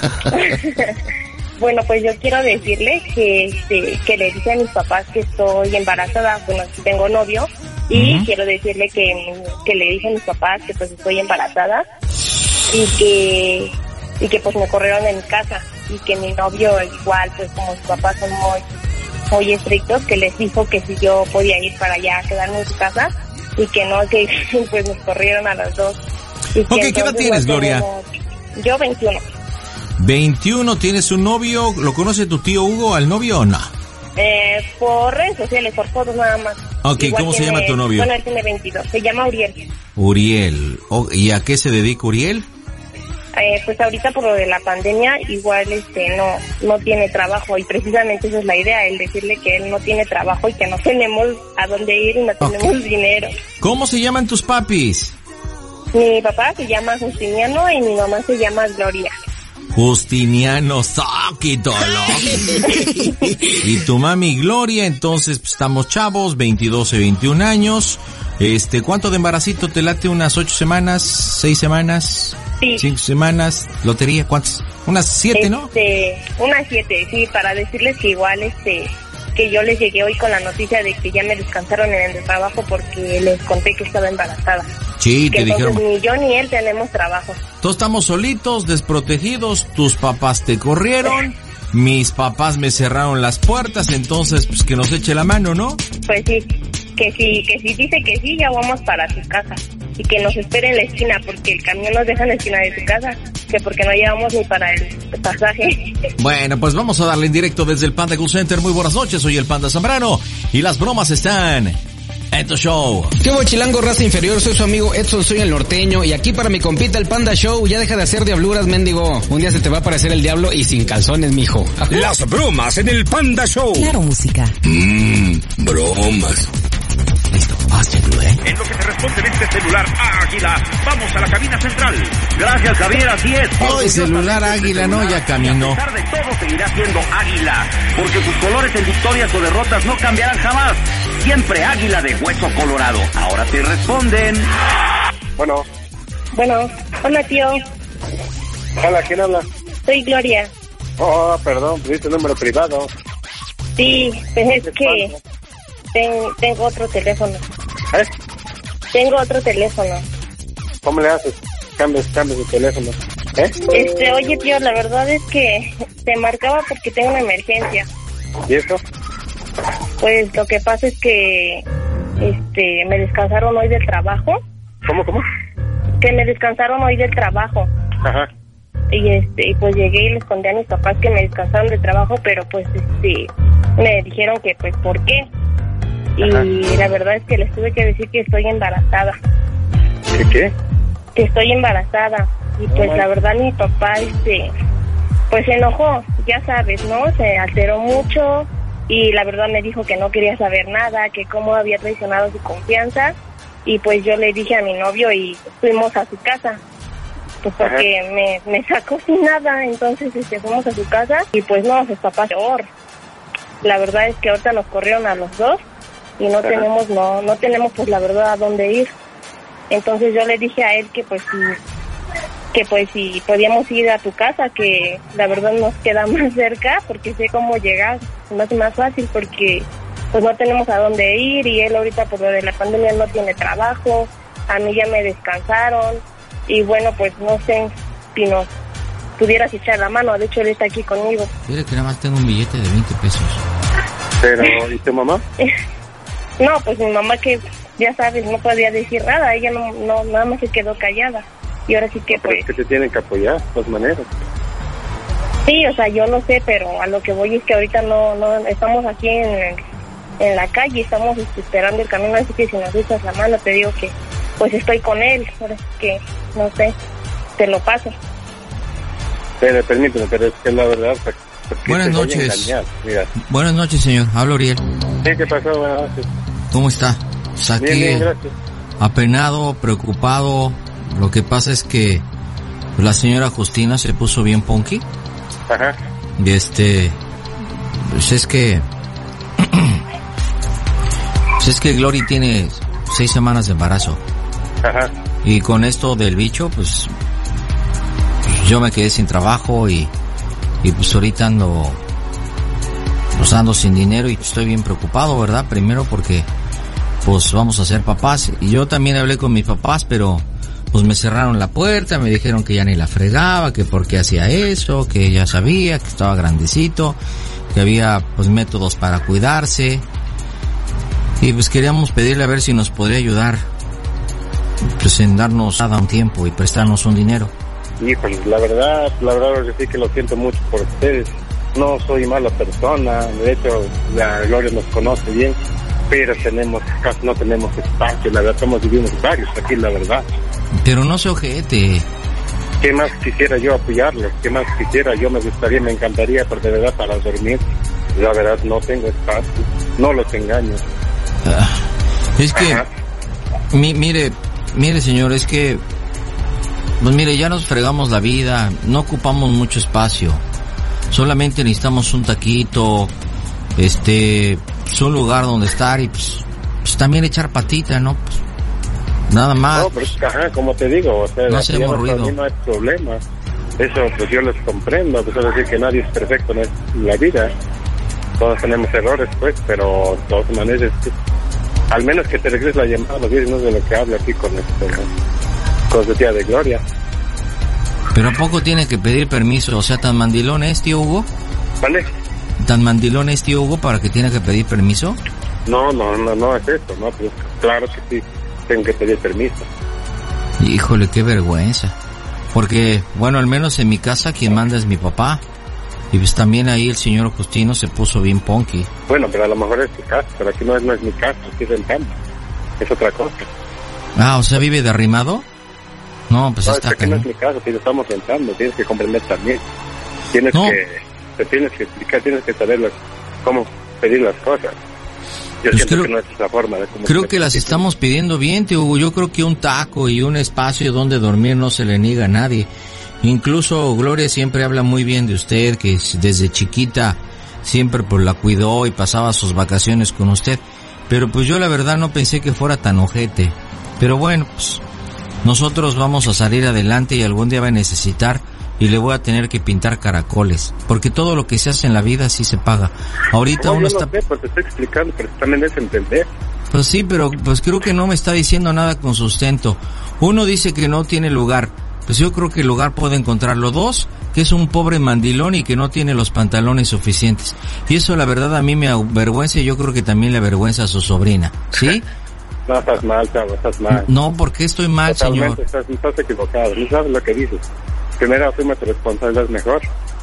Bueno, pues yo quiero decirle que le dije a mis papás que estoy embarazada, bueno, tengo novio, y quiero decirle que le dije a mis papás que pues estoy embarazada y que pues me corrieron de mi casa, y que mi novio igual, pues como sus papás son muy estrictos, que les dijo que si yo podía ir para allá a quedarme en su casa, y que no, que pues nos corrieron a las dos. Y ¿qué edad tienes, Gloria? Yo 21. 21, ¿tienes un novio? ¿Lo conoce tu tío Hugo al novio o no? Por redes sociales, por fotos nada más. Ok, igual ¿cómo se llama tu novio? Bueno, él tiene 22, se llama Uriel. Uriel, ¿y a qué se dedica Uriel? Pues ahorita por lo de la pandemia igual no tiene trabajo, y precisamente esa es la idea, el decirle que él no tiene trabajo y que no tenemos a dónde ir y no tenemos dinero. ¿Cómo se llaman tus papis? Mi papá se llama Justiniano y mi mamá se llama Gloria. Justiniano, Soquitolo. Y tu mami Gloria, entonces pues, estamos chavos, 22 y 21 años. ¿Cuánto de embaracito te late? ¿Unas 8 semanas? ¿6 semanas? Sí. 5 semanas, lotería, ¿cuántas? Unas 7, ¿no? Unas 7, sí, para decirles que igual, que yo les llegué hoy con la noticia de que ya me descansaron en el trabajo porque les conté que estaba embarazada. Sí, te dijeron. Ni yo ni él tenemos trabajo. Todos estamos solitos, desprotegidos, tus papás te corrieron, mis papás me cerraron las puertas, entonces, pues que nos eche la mano, ¿no? Pues sí, que si dice que sí, ya vamos para su casa. Y que nos espere en la esquina, porque el camión nos deja en la esquina de su casa, que porque no llevamos ni para el pasaje. Bueno, pues vamos a darle en directo desde el Panda Cool Center. Muy buenas noches, soy el Panda Zambrano y las bromas están en tu show. ¿Qué hubo, chilango, raza inferior? Soy su amigo Edson, soy el norteño, y aquí para mi compita el Panda Show. Ya deja de hacer diabluras, mendigo. Un día se te va a aparecer el diablo y sin calzones, mijo. Las bromas en el Panda Show. Claro, música. Bromas. Listo, hazlo, ¿eh? En lo que te responde este celular Águila, vamos a la cabina central. Gracias, Javier, así es. Hoy celular Águila, no, ya caminó. A pesar de todo, seguirá siendo Águila, porque sus colores en victorias o derrotas no cambiarán jamás. Siempre Águila de hueso colorado. Ahora te responden. Bueno, Hola, tío. hola, ¿quién habla? Soy Gloria. Oh, perdón, pediste número privado. Sí, pues es que tengo otro teléfono. ¿Eh? Tengo otro teléfono. ¿Cómo le haces? Cambias de teléfono. Oye, tío, la verdad es que te marcaba porque tengo una emergencia. ¿Y eso? Pues lo que pasa es que me descansaron hoy del trabajo. ¿Cómo? Que me descansaron hoy del trabajo. Ajá. Y pues llegué y les conté a mis papás que me descansaron del trabajo, pero pues me dijeron que pues ¿por qué? Y Ajá. La verdad es que les tuve que decir que estoy embarazada. ¿Qué? Que estoy embarazada. Y pues la verdad mi papá pues se enojó, ya sabes, ¿no? Se alteró mucho y la verdad me dijo que no quería saber nada, que cómo había traicionado su confianza. Y pues yo le dije a mi novio y fuimos a su casa. Pues porque me sacó sin nada, entonces fuimos a su casa y pues no, su papá peor. La verdad es que ahorita nos corrieron a los dos y no tenemos pues la verdad a dónde ir. Entonces yo le dije a él que pues si podíamos ir a tu casa, que la verdad nos queda más cerca porque sé cómo llegar, más fácil porque pues no tenemos a dónde ir y él ahorita por lo de la pandemia no tiene trabajo, a mí ya me descansaron y bueno, pues no sé si nos pudieras echar la mano, de hecho él está aquí conmigo. Mira que nada más tengo un billete de 20 pesos. Pero, ¿y tu mamá? No, pues mi mamá que ya sabes, no podía decir nada, ella no nada más se quedó callada y ahora sí que pues... Es que te tienen que apoyar, de todas maneras. Sí, o sea, yo lo sé, pero a lo que voy es que ahorita no estamos aquí en la calle, estamos esperando el camino, así que si nos echas la mano te digo que pues estoy con él, ahora sí que no sé, te lo paso. Pero permíteme, pero es que la verdad... Buenas noches. Buenas noches, señor. Hablo Uriel. Sí, ¿qué pasó? Buenas noches. ¿Cómo está? Pues aquí, bien, gracias. Apenado, preocupado. Lo que pasa es que la señora Justina se puso bien punky. Ajá. Y pues es que Glory tiene 6 semanas de embarazo. Ajá. Y con esto del bicho, pues yo me quedé sin trabajo y pues ahorita ando sin dinero y estoy bien preocupado, ¿verdad? Primero porque pues vamos a ser papás y yo también hablé con mis papás, pero pues me cerraron la puerta, me dijeron que ya ni la fregaba, que por qué hacía eso, que ya sabía, que estaba grandecito, que había pues métodos para cuidarse y pues queríamos pedirle a ver si nos podría ayudar pues en darnos un tiempo y prestarnos un dinero. Híjole, la verdad sí que lo siento mucho por ustedes. No soy mala persona, de hecho la Gloria nos conoce bien, pero casi no tenemos espacio, la verdad vivimos varios aquí, la verdad. Pero no se ojete. ¿Qué más quisiera yo apoyarles? ¿Qué más quisiera? Yo me encantaría, pero de verdad para dormir, la verdad no tengo espacio, no los engaño. Es que, mire señor, es que pues mire, ya nos fregamos la vida, no ocupamos mucho espacio, solamente necesitamos un taquito, un lugar donde estar y pues también echar patita, ¿no? Nada más. No, pero ajá, como te digo, o sea, no aquí hacemos ruido. no hay problema. Eso, pues yo les comprendo, pues es decir que nadie es perfecto en la vida. Todos tenemos errores, pues, pero de todas maneras, al menos que te regreses la llamada a los 10 minutos de lo que hablo aquí con su tía de Gloria. Pero ¿a poco tiene que pedir permiso? O sea, ¿tan mandilón es, tío Hugo? ¿Vale? ¿Tan mandilón es, tío Hugo, para que tiene que pedir permiso? No es eso, no, pues claro que sí, tengo que pedir permiso. Híjole, qué vergüenza. Porque, bueno, al menos en mi casa quien manda es mi papá. Y pues también ahí el señor Justino se puso bien punky. Bueno, pero a lo mejor es tu casa, pero aquí no es mi casa, estoy rentando. Es otra cosa. Ah, o sea, ¿vive de arrimado? No, pues no, está aquí no es mi casa, si lo estamos rentando, tienes que comprender también. Tienes que explicar, tienes que saber cómo pedir las cosas. Yo pues siento que no es esa forma de cómo. Creo que las estamos pidiendo bien, tío Hugo. Yo creo que un taco y un espacio donde dormir no se le niega a nadie. Incluso Gloria siempre habla muy bien de usted, que desde chiquita siempre pues la cuidó y pasaba sus vacaciones con usted. Pero pues yo la verdad no pensé que fuera tan ojete. Pero bueno, pues nosotros vamos a salir adelante y algún día va a necesitar y le voy a tener que pintar caracoles. Porque todo lo que se hace en la vida sí se paga. Ahorita no, uno está... No sé, pues te estoy explicando, pero también es entender. Pues sí, pero pues creo que no me está diciendo nada con sustento. Uno dice que no tiene lugar. Pues yo creo que el lugar puede encontrarlo. Dos, que es un pobre mandilón y que no tiene los pantalones suficientes. Y eso la verdad a mí me avergüenza y yo creo que también le avergüenza a su sobrina. ¿Sí? No, estás mal, chavo, estás mal. No, ¿por qué estoy mal, totalmente, señor? Estás equivocado, no sabes lo que dices. Primero asume tu responsabilidad mejor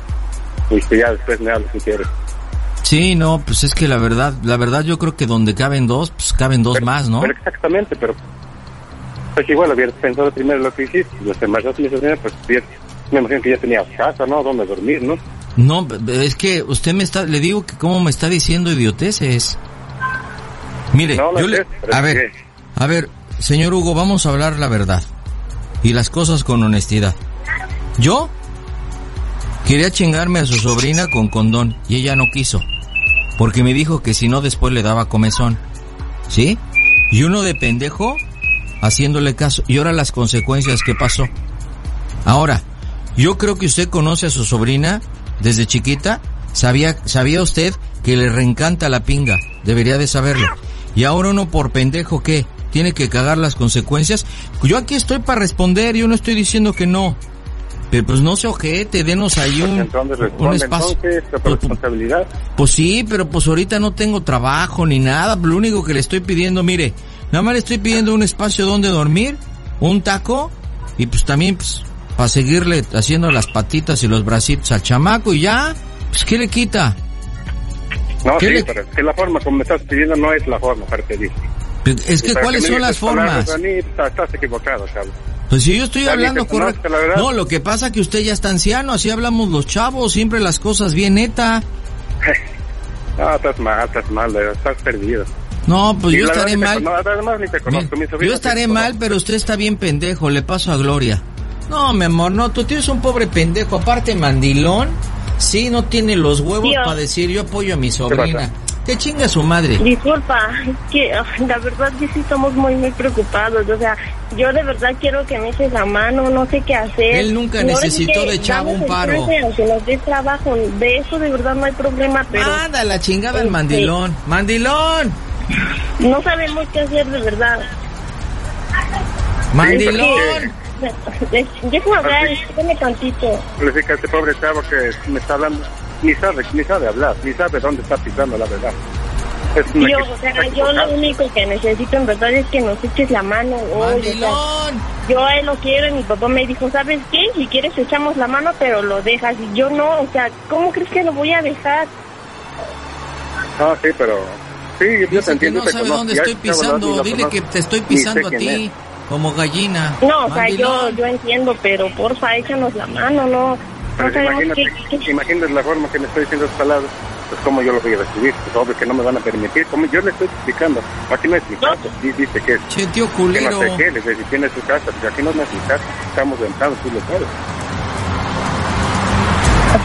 y ya después me hablas si quieres. Sí, no, pues es que la verdad yo creo que donde caben dos, pues caben dos más, ¿no? Pero exactamente, pero pues igual habías pensado primero lo que hiciste, los demás pues me imagino que ya tenías casa, ¿no? Donde dormir, ¿no? No, es que usted le digo que cómo me está diciendo idioteces. Mire, no, yo a ver, señor Hugo, vamos a hablar la verdad y las cosas con honestidad. Yo quería chingarme a su sobrina con condón y ella no quiso, porque me dijo que si no después le daba comezón, ¿sí? Y uno de pendejo haciéndole caso, y ahora las consecuencias que pasó. Ahora, yo creo que usted conoce a su sobrina desde chiquita, sabía usted que le reencanta la pinga, debería de saberlo. Y ahora uno por pendejo, ¿qué? ¿Tiene que cagar las consecuencias? Yo aquí estoy para responder, yo no estoy diciendo que no. Pero pues no se ojete, denos ahí un espacio. Entonces, responsabilidad. Pues sí, pero pues ahorita no tengo trabajo ni nada, lo único que le estoy pidiendo, mire, nada más le estoy pidiendo un espacio donde dormir, un taco, y pues también pues para seguirle haciendo las patitas y los bracitos al chamaco y ya, pues ¿qué le quita? No, sí, pero es que la forma como me estás pidiendo no es la forma para pedir. Es que ¿cuáles son las formas? Estás equivocado, Carlos. Pues si yo estoy hablando correcto. No, lo que pasa que usted ya está anciano, así hablamos los chavos, siempre las cosas bien neta. No, estás mal, estás perdido. No, pues yo estaré mal. No, además ni te conozco, mi sobrino. Yo estaré mal, pero usted está bien pendejo, le paso a Gloria. No, mi amor, no, tu tío es un pobre pendejo, aparte mandilón, sí, no tiene los huevos para decir yo apoyo a mi sobrina. ¿Qué chinga su madre? Disculpa, es que la verdad que sí estamos muy preocupados, o sea, yo de verdad quiero que me eches la mano, no sé qué hacer. Él nunca necesitó de chavo un paro. Aunque nos dé trabajo, de eso de verdad no hay problema, pero... Anda, la chingada el mandilón. ¡Mandilón! No sabemos qué hacer de verdad. ¡Mandilón! Déjame hablar, espérame tantito. Le dice que este pobre chavo que me está hablando ni sabe hablar, ni sabe dónde está pisando, la verdad. Yo lo único que necesito en verdad es que nos eches la mano. Yo a él lo quiero y mi papá me dijo, ¿sabes qué? Si quieres echamos la mano, pero lo dejas. Y yo no, o sea, ¿cómo crees que lo voy a dejar? Ah, sí, pero... Sí, yo te entiendo. No sabe dónde estoy pisando, dile que te estoy pisando a ti, como gallina. No, o sea, yo entiendo, pero porfa, échanos la mano, no... Imagínate la forma que me estoy diciendo estas palabras, pues cómo yo lo voy a recibir, pues obvio que no me van a permitir, como yo le estoy explicando, aquí no es mi casa, dice que es, che, tío culero, que no sé qué, le dice, si tiene su casa, pues aquí no es mi casa, estamos rentados, tú lo sabes.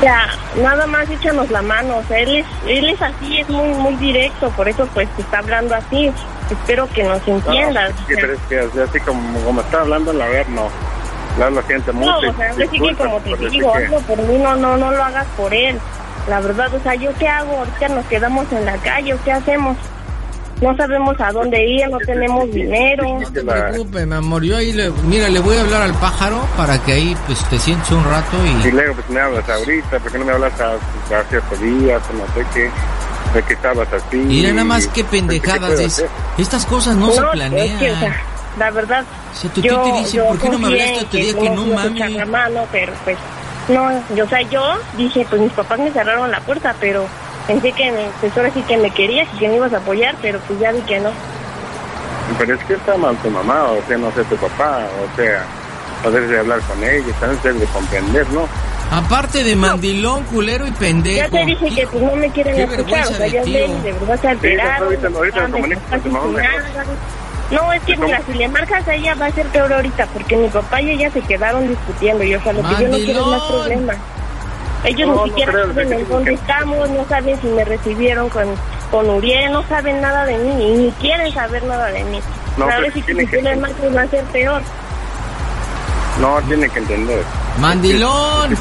sea, nada más échanos la mano. O sea, él es así, es muy muy directo, por eso pues te está hablando así. Espero que nos entiendas. No, pero es que así como está hablando, la verdad, no. Lo siento mucho. No, o sea, así que como te digo, hazlo por mí, no lo hagas por él. La verdad, o sea, ¿yo qué hago? Ahorita nos quedamos en la calle, ¿qué hacemos? No sabemos a dónde ir, no tenemos dinero. No te preocupes, mi amor, yo ahí le voy a hablar al pájaro para que ahí pues te sientes un rato y... Y luego pues me hablas ahorita, ¿por qué no me hablas hace 8 días o no sé qué? De que estabas así. Mira nada más qué pendejadas es. Estas cosas no se planean. Es que, o sea, la verdad, si tu tío te dice, ¿por qué no me hablaste otro día? Que no mames. Pero pues, no, yo dije, pues mis papás me cerraron la puerta, pero pensé que pues ahora sí que me querías y que me ibas a apoyar, pero pues ya vi que no. Pero es que está mal tu mamá, o sea, no sé tu papá, o sea, no debes de hablar con ellos, también debes de comprender, ¿no? Aparte de mandilón, culero y pendejo. Ya te dije que pues no me quieren escuchar, o sea, ya de verdad se alteraron. Ahorita me comunico con tu mamá. No, es que mira, si le marcas a ella va a ser peor ahorita, porque mi papá y ella se quedaron discutiendo, y o sea, lo que yo no quiero es más problemas. Ellos ni siquiera saben en dónde estamos, no saben si me recibieron con Uriel, no saben nada de mí, y ni quieren saber nada de mí. No, ¿sabes? Si tú le marcas va a ser peor. No, tiene que entender. ¡Mandilón!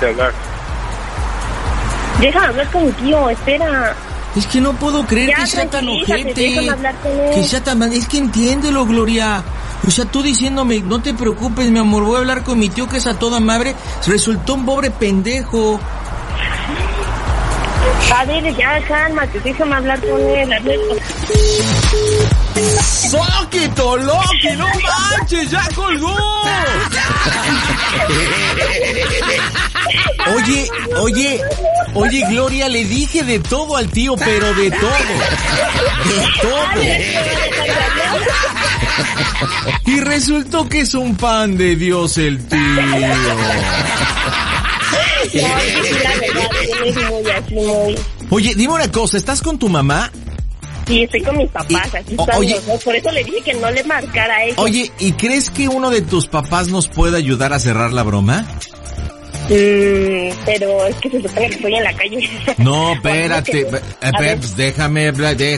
Déjame hablar con mi tío, espera. Es que no puedo creer que sea tan ojete. Que sea tan... Es que entiéndelo, Gloria. O sea, tú diciéndome, no te preocupes, mi amor, voy a hablar con mi tío que es a toda madre. Resultó un pobre pendejo. A ver, ya, cálmate, déjame hablar con él. ¡Soquito, Loki! ¡No manches! ¡Ya colgó! Oye, Gloria, le dije de todo al tío, pero de todo. De todo. Y resultó que es un pan de Dios el tío. Oye, dime una cosa, ¿estás con tu mamá? Sí, estoy con mis papás, aquí están los dos, por eso le dije que no le marcara a ellos. Oye, ¿y crees que uno de tus papás nos puede ayudar a cerrar la broma? Pero es que se supone que estoy en la calle. No, espérate, pues déjame.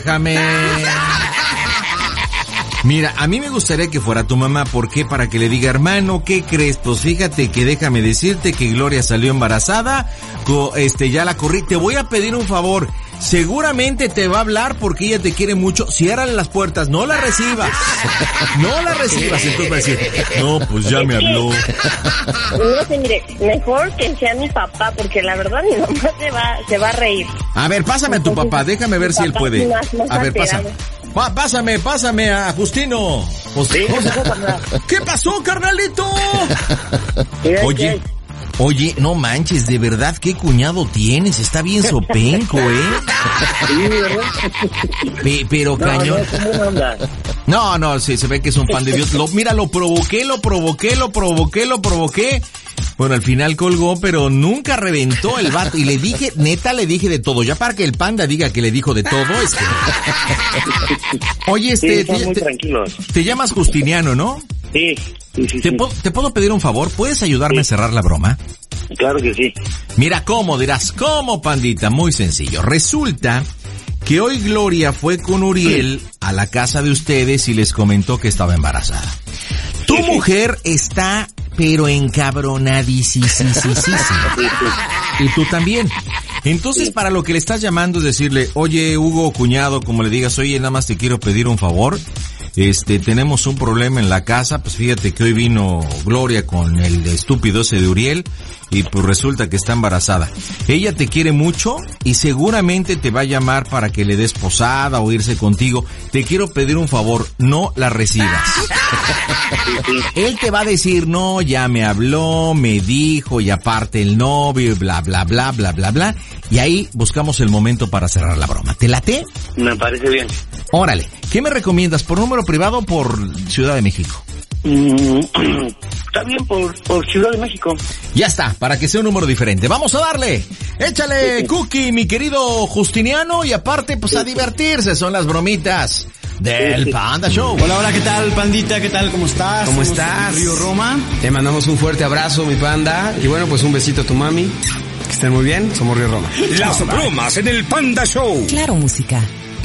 Mira, a mí me gustaría que fuera tu mamá, ¿por qué? Para que le diga, hermano, ¿qué crees? Pues fíjate que déjame decirte que Gloria salió embarazada, ya la corrí, te voy a pedir un favor, seguramente te va a hablar porque ella te quiere mucho, ciérrale las puertas, no la recibas, entonces va a decir, no, pues ya me habló. No sé, mire, mejor que sea mi papá, porque la verdad mi mamá se va a reír. A ver, pásame a tu papá, déjame ver si él puede. A ver, pásame a Justino. ¿Qué pasó, carnalito? Oye, no manches, de verdad, qué cuñado tienes, está bien sopenco, Pero cañón. No, sí, se ve que es un pan de Dios. Mira, lo provoqué. Bueno, al final colgó, pero nunca reventó el vato. Y le dije de todo. Ya para que el panda diga que le dijo de todo, es que... Oye, muy tranquilos. Te llamas Justiniano, ¿no? Sí. ¿Te puedo pedir un favor? ¿Puedes ayudarme a cerrar la broma? Claro que sí. Mira, ¿cómo? Dirás, ¿cómo, pandita? Muy sencillo. Resulta que hoy Gloria fue con Uriel a la casa de ustedes y les comentó que estaba embarazada. Tu mujer está, pero encabronadísima. Y tú también. Entonces, para lo que le estás llamando es decirle, oye, Hugo, cuñado, como le digas, oye, nada más te quiero pedir un favor. Tenemos un problema en la casa, pues fíjate que hoy vino Gloria con el estúpido ese de Uriel y pues resulta que está embarazada. Ella te quiere mucho y seguramente te va a llamar para que le des posada o irse contigo. Te quiero pedir un favor, no la recibas. Él te va a decir, no, ya me habló, me dijo y aparte el novio y bla, bla, bla, bla, bla, bla. Y ahí buscamos el momento para cerrar la broma. ¿Te late? Me parece bien. Órale, ¿qué me recomiendas? ¿Por número privado o por Ciudad de México? Está bien, por Ciudad de México. Ya está, para que sea un número diferente. ¡Vamos a darle! Échale, Cookie, mi querido Justiniano, y aparte, pues a divertirse, son las bromitas del Panda Show. Hola, ¿qué tal, pandita? ¿Qué tal? ¿Cómo estás? ¿Cómo estás? Río Roma. Te mandamos un fuerte abrazo, mi panda. Y bueno, pues un besito a tu mami, que estén muy bien. Somos Río Roma. Las bromas en el Panda Show. Claro, música.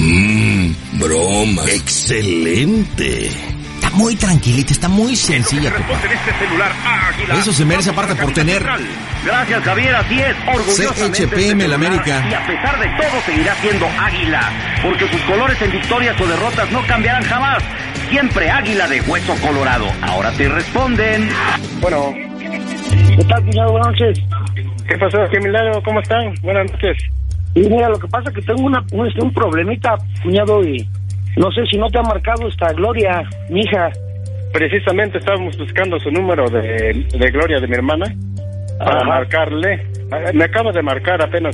Broma. Excelente. Está muy tranquilita, está muy sencilla. En este celular, Águila. Eso se merece aparte por tener. Gracias, Javier, así es, orgullosamente. CHPM, la América. Y a pesar de todo seguirá siendo Águila, porque sus colores en victorias o derrotas no cambiarán jamás. Siempre Águila de hueso colorado. Ahora te responden. Bueno. ¿Qué tal, cuñado? Buenas noches. ¿Qué pasó? ¿Qué milagro? ¿Cómo están? Buenas noches. Y mira, lo que pasa es que tengo un problemita, cuñado, y no sé si no te ha marcado esta Gloria, mi hija. Precisamente estábamos buscando su número de Gloria, de mi hermana, para marcarle. Me acaba de marcar apenas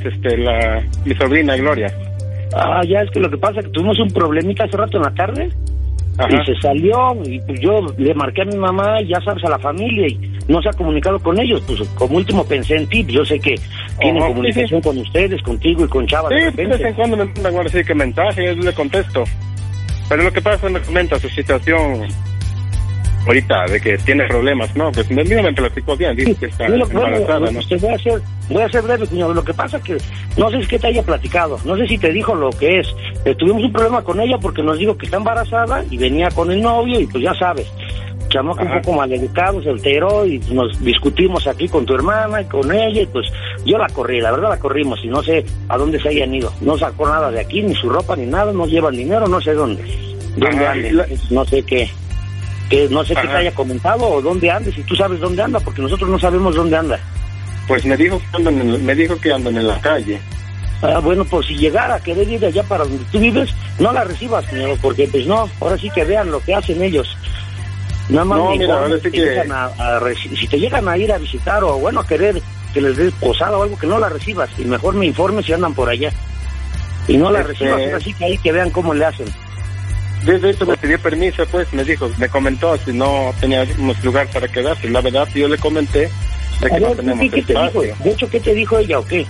mi sobrina Gloria. Ya es que lo que pasa es que tuvimos un problemita hace rato en la tarde. Ajá. Y se salió, y pues yo le marqué a mi mamá, y ya sabes, a la familia, y no se ha comunicado con ellos. Pues como último pensé en ti, yo sé que tienen comunicación con ustedes, contigo y con Chava. Sí, de vez en cuando me mandan ahora sí que mensajes, yo le contesto. Pero lo que pasa, me comenta su situación ahorita, de que tiene problemas, ¿no? Pues me platicó bien, dice que está embarazada, ¿no? Voy a ser breve, cuñado. Lo que pasa es que no sé si que te haya platicado, no sé si te dijo lo que es. Tuvimos un problema con ella porque nos dijo que está embarazada y venía con el novio y pues ya sabes, chamaco un poco maleducado, se alteró y nos discutimos aquí con tu hermana y con ella y pues yo la corrí, la verdad la corrimos y no sé a dónde se hayan ido. No sacó nada de aquí, ni su ropa ni nada, no llevan dinero, no sé dónde ande, no sé qué. Que no sé qué te haya comentado o dónde andes, si tú sabes dónde anda, porque nosotros no sabemos dónde anda. Pues me dijo que andan en la calle. Bueno, pues si llegara a querer ir allá para donde tú vives, no la recibas, señor, porque pues no, ahora sí que vean lo que hacen ellos. Nada más mira, ahora sí que... si te llegan a ir a visitar o bueno, a querer que les des posada o algo, que no la recibas, y mejor me informes si andan por allá. Y no la recibas, ahora sí que ahí que vean cómo le hacen. Desde esto me pidió permiso, pues me comentó si no teníamos lugar para quedarse. La verdad, yo le comenté de que no tenemos espacio. De hecho, ¿qué te dijo ella o qué?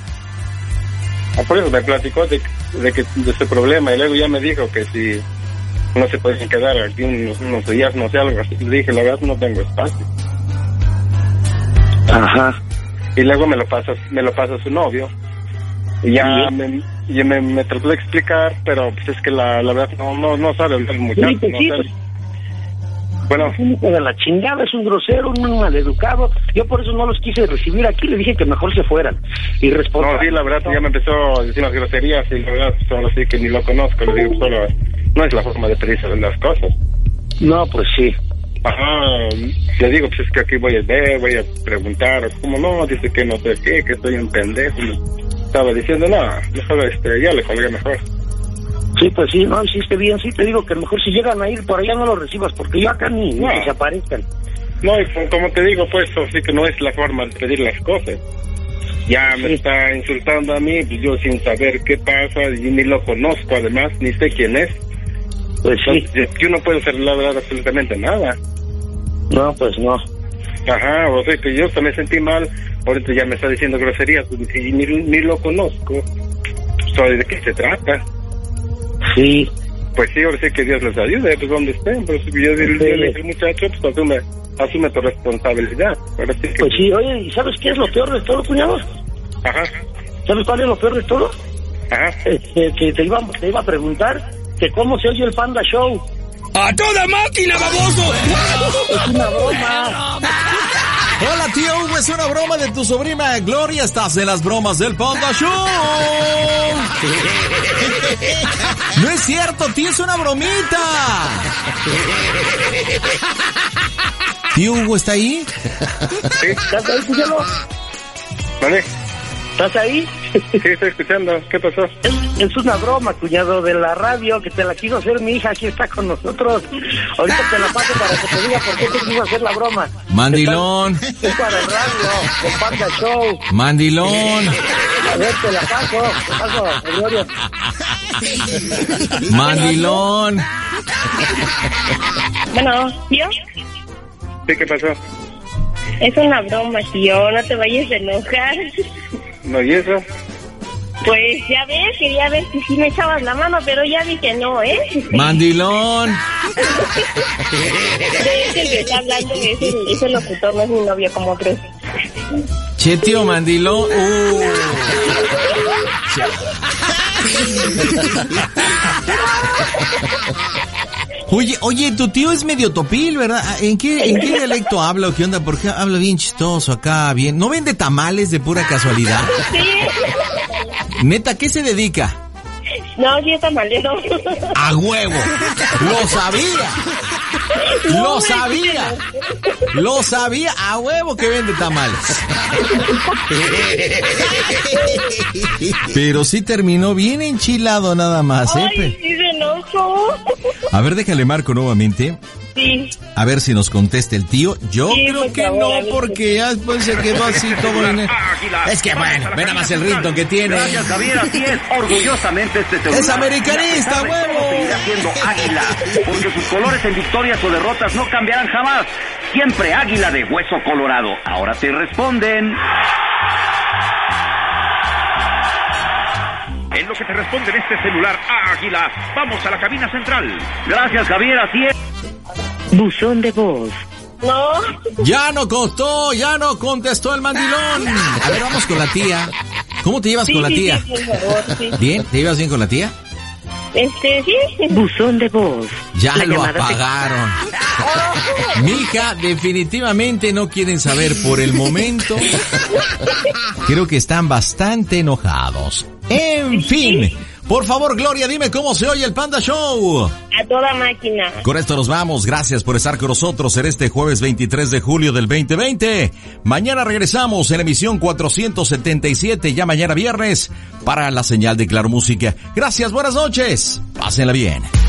Por eso me platicó de ese problema y luego ya me dijo que si no se pueden quedar aquí unos días, no sé, algo así. Le dije, la verdad, no tengo espacio. Ajá. Y luego me lo pasa su novio. Y ya me trató de explicar, pero pues es que la verdad no sabe el muchacho. Sí, pues no sí, sabe. pues, bueno, es un hijo de la chingada, es un grosero, un maleducado. Yo por eso no los quise recibir aquí, le dije que mejor se fueran. Y respondió. No, sí, la verdad, ya me empezó a decir las groserías y la verdad, solo sí que ni lo conozco. Le digo, solo no es la forma de pedirse las cosas. No, pues sí. Ajá, le digo, pues es que aquí voy a ver, voy a preguntar, ¿cómo no? Dice que no sé qué, que soy un pendejo. Estaba diciendo, no, mejor ya le colgué mejor. Sí, pues sí, no, hiciste bien, sí, te digo que mejor si llegan a ir por allá no los recibas, porque yo acá ni que se aparezcan. No, y como te digo, pues, sí que no es la forma de pedir las cosas. Ya me está insultando a mí, pues yo sin saber qué pasa, y ni lo conozco además, ni sé quién es. Pues sí. Yo no puedo hacer la verdad absolutamente nada. No, pues no. Ajá, o sea que yo también sentí mal, ahorita ya me está diciendo groserías, y ni lo conozco. ¿Sabe de qué se trata? Sí. Pues sí, ahora sí que Dios les ayude, pues donde estén, pues yo le dije al muchacho, pues asume tu responsabilidad. Ahora sí que... Pues sí, oye, ¿y sabes qué es lo peor de todo, cuñado? Ajá. ¿Sabes cuál es lo peor de todo? Ajá. Que te iba a preguntar que cómo se oye el Panda Show. ¡A toda máquina, baboso! Es una broma. Hola, tío Hugo, es una broma de tu sobrina Gloria. Estás en las bromas del Panda Show. No es cierto, tío, es una bromita. ¿Tío Hugo está ahí? Sí. ¿Estás ahí, cuñado? ¿Vale? ¿Estás ahí? Sí, estoy escuchando. ¿Qué pasó? Es una broma, cuñado, de la radio, que te la quiso hacer mi hija, aquí está con nosotros. Ahorita te la paso para que te diga por qué te quiso hacer la broma. Mandilón. Es para el radio, el Panda Show. Mandilón. A ver, te la paso, Gloria. Mandilón. Bueno, ¿tío? Sí, ¿qué pasó? Es una broma, tío, no te vayas a enojar. No, ¿y eso? Pues ya ves, quería ver si sí me echabas la mano, pero ya vi que no, ¿eh? Mandilón. Es el que está hablando, es el locutor, no es mi novio, como crees. Che, tío mandilón. Oye, tu tío es medio topil, ¿verdad? ¿En qué dialecto habla o qué onda? Porque habla bien chistoso acá, bien. ¿No vende tamales de pura casualidad? Sí. Neta, ¿qué se dedica? No, sí es tamalero. ¡A huevo! ¡Lo sabía! ¡Lo sabía! ¡Lo sabía! ¡A huevo que vende tamales! Pero sí terminó bien enchilado nada más, ¿eh? Ay, sí se enojó. A ver, déjale marco nuevamente. Sí. A ver si nos contesta el tío. Yo Sí, creo que favor, no, porque ya después se quedó así todo en el... Es que bueno, ve nada más el ritmo que tiene. Gracias, Javier, así es. Orgullosamente este celular. Es americanista, huevo. Seguirá siendo Águila, porque sus colores en victorias o derrotas no cambiarán jamás. Siempre Águila de hueso colorado. Ahora te responden. En lo que te responde en este celular, Águila, vamos a la cabina central. Gracias, Javier, así es. Buzón de voz. No. Ya no contestó el mandilón. A ver, vamos con la tía. ¿Cómo te llevas con la tía? Sí, por favor, sí. ¿Bien? ¿Te llevas bien con la tía? Sí. Buzón de voz. Ya La lo llamada apagaron. Mija, definitivamente no quieren saber por el momento. Creo que están bastante enojados. En fin. Por favor, Gloria, dime cómo se oye el Panda Show. A toda máquina. Con esto nos vamos. Gracias por estar con nosotros en este jueves 23 de julio del 2020. Mañana regresamos en emisión 477, ya mañana viernes, para la señal de Claro Música. Gracias, buenas noches. Pásenla bien.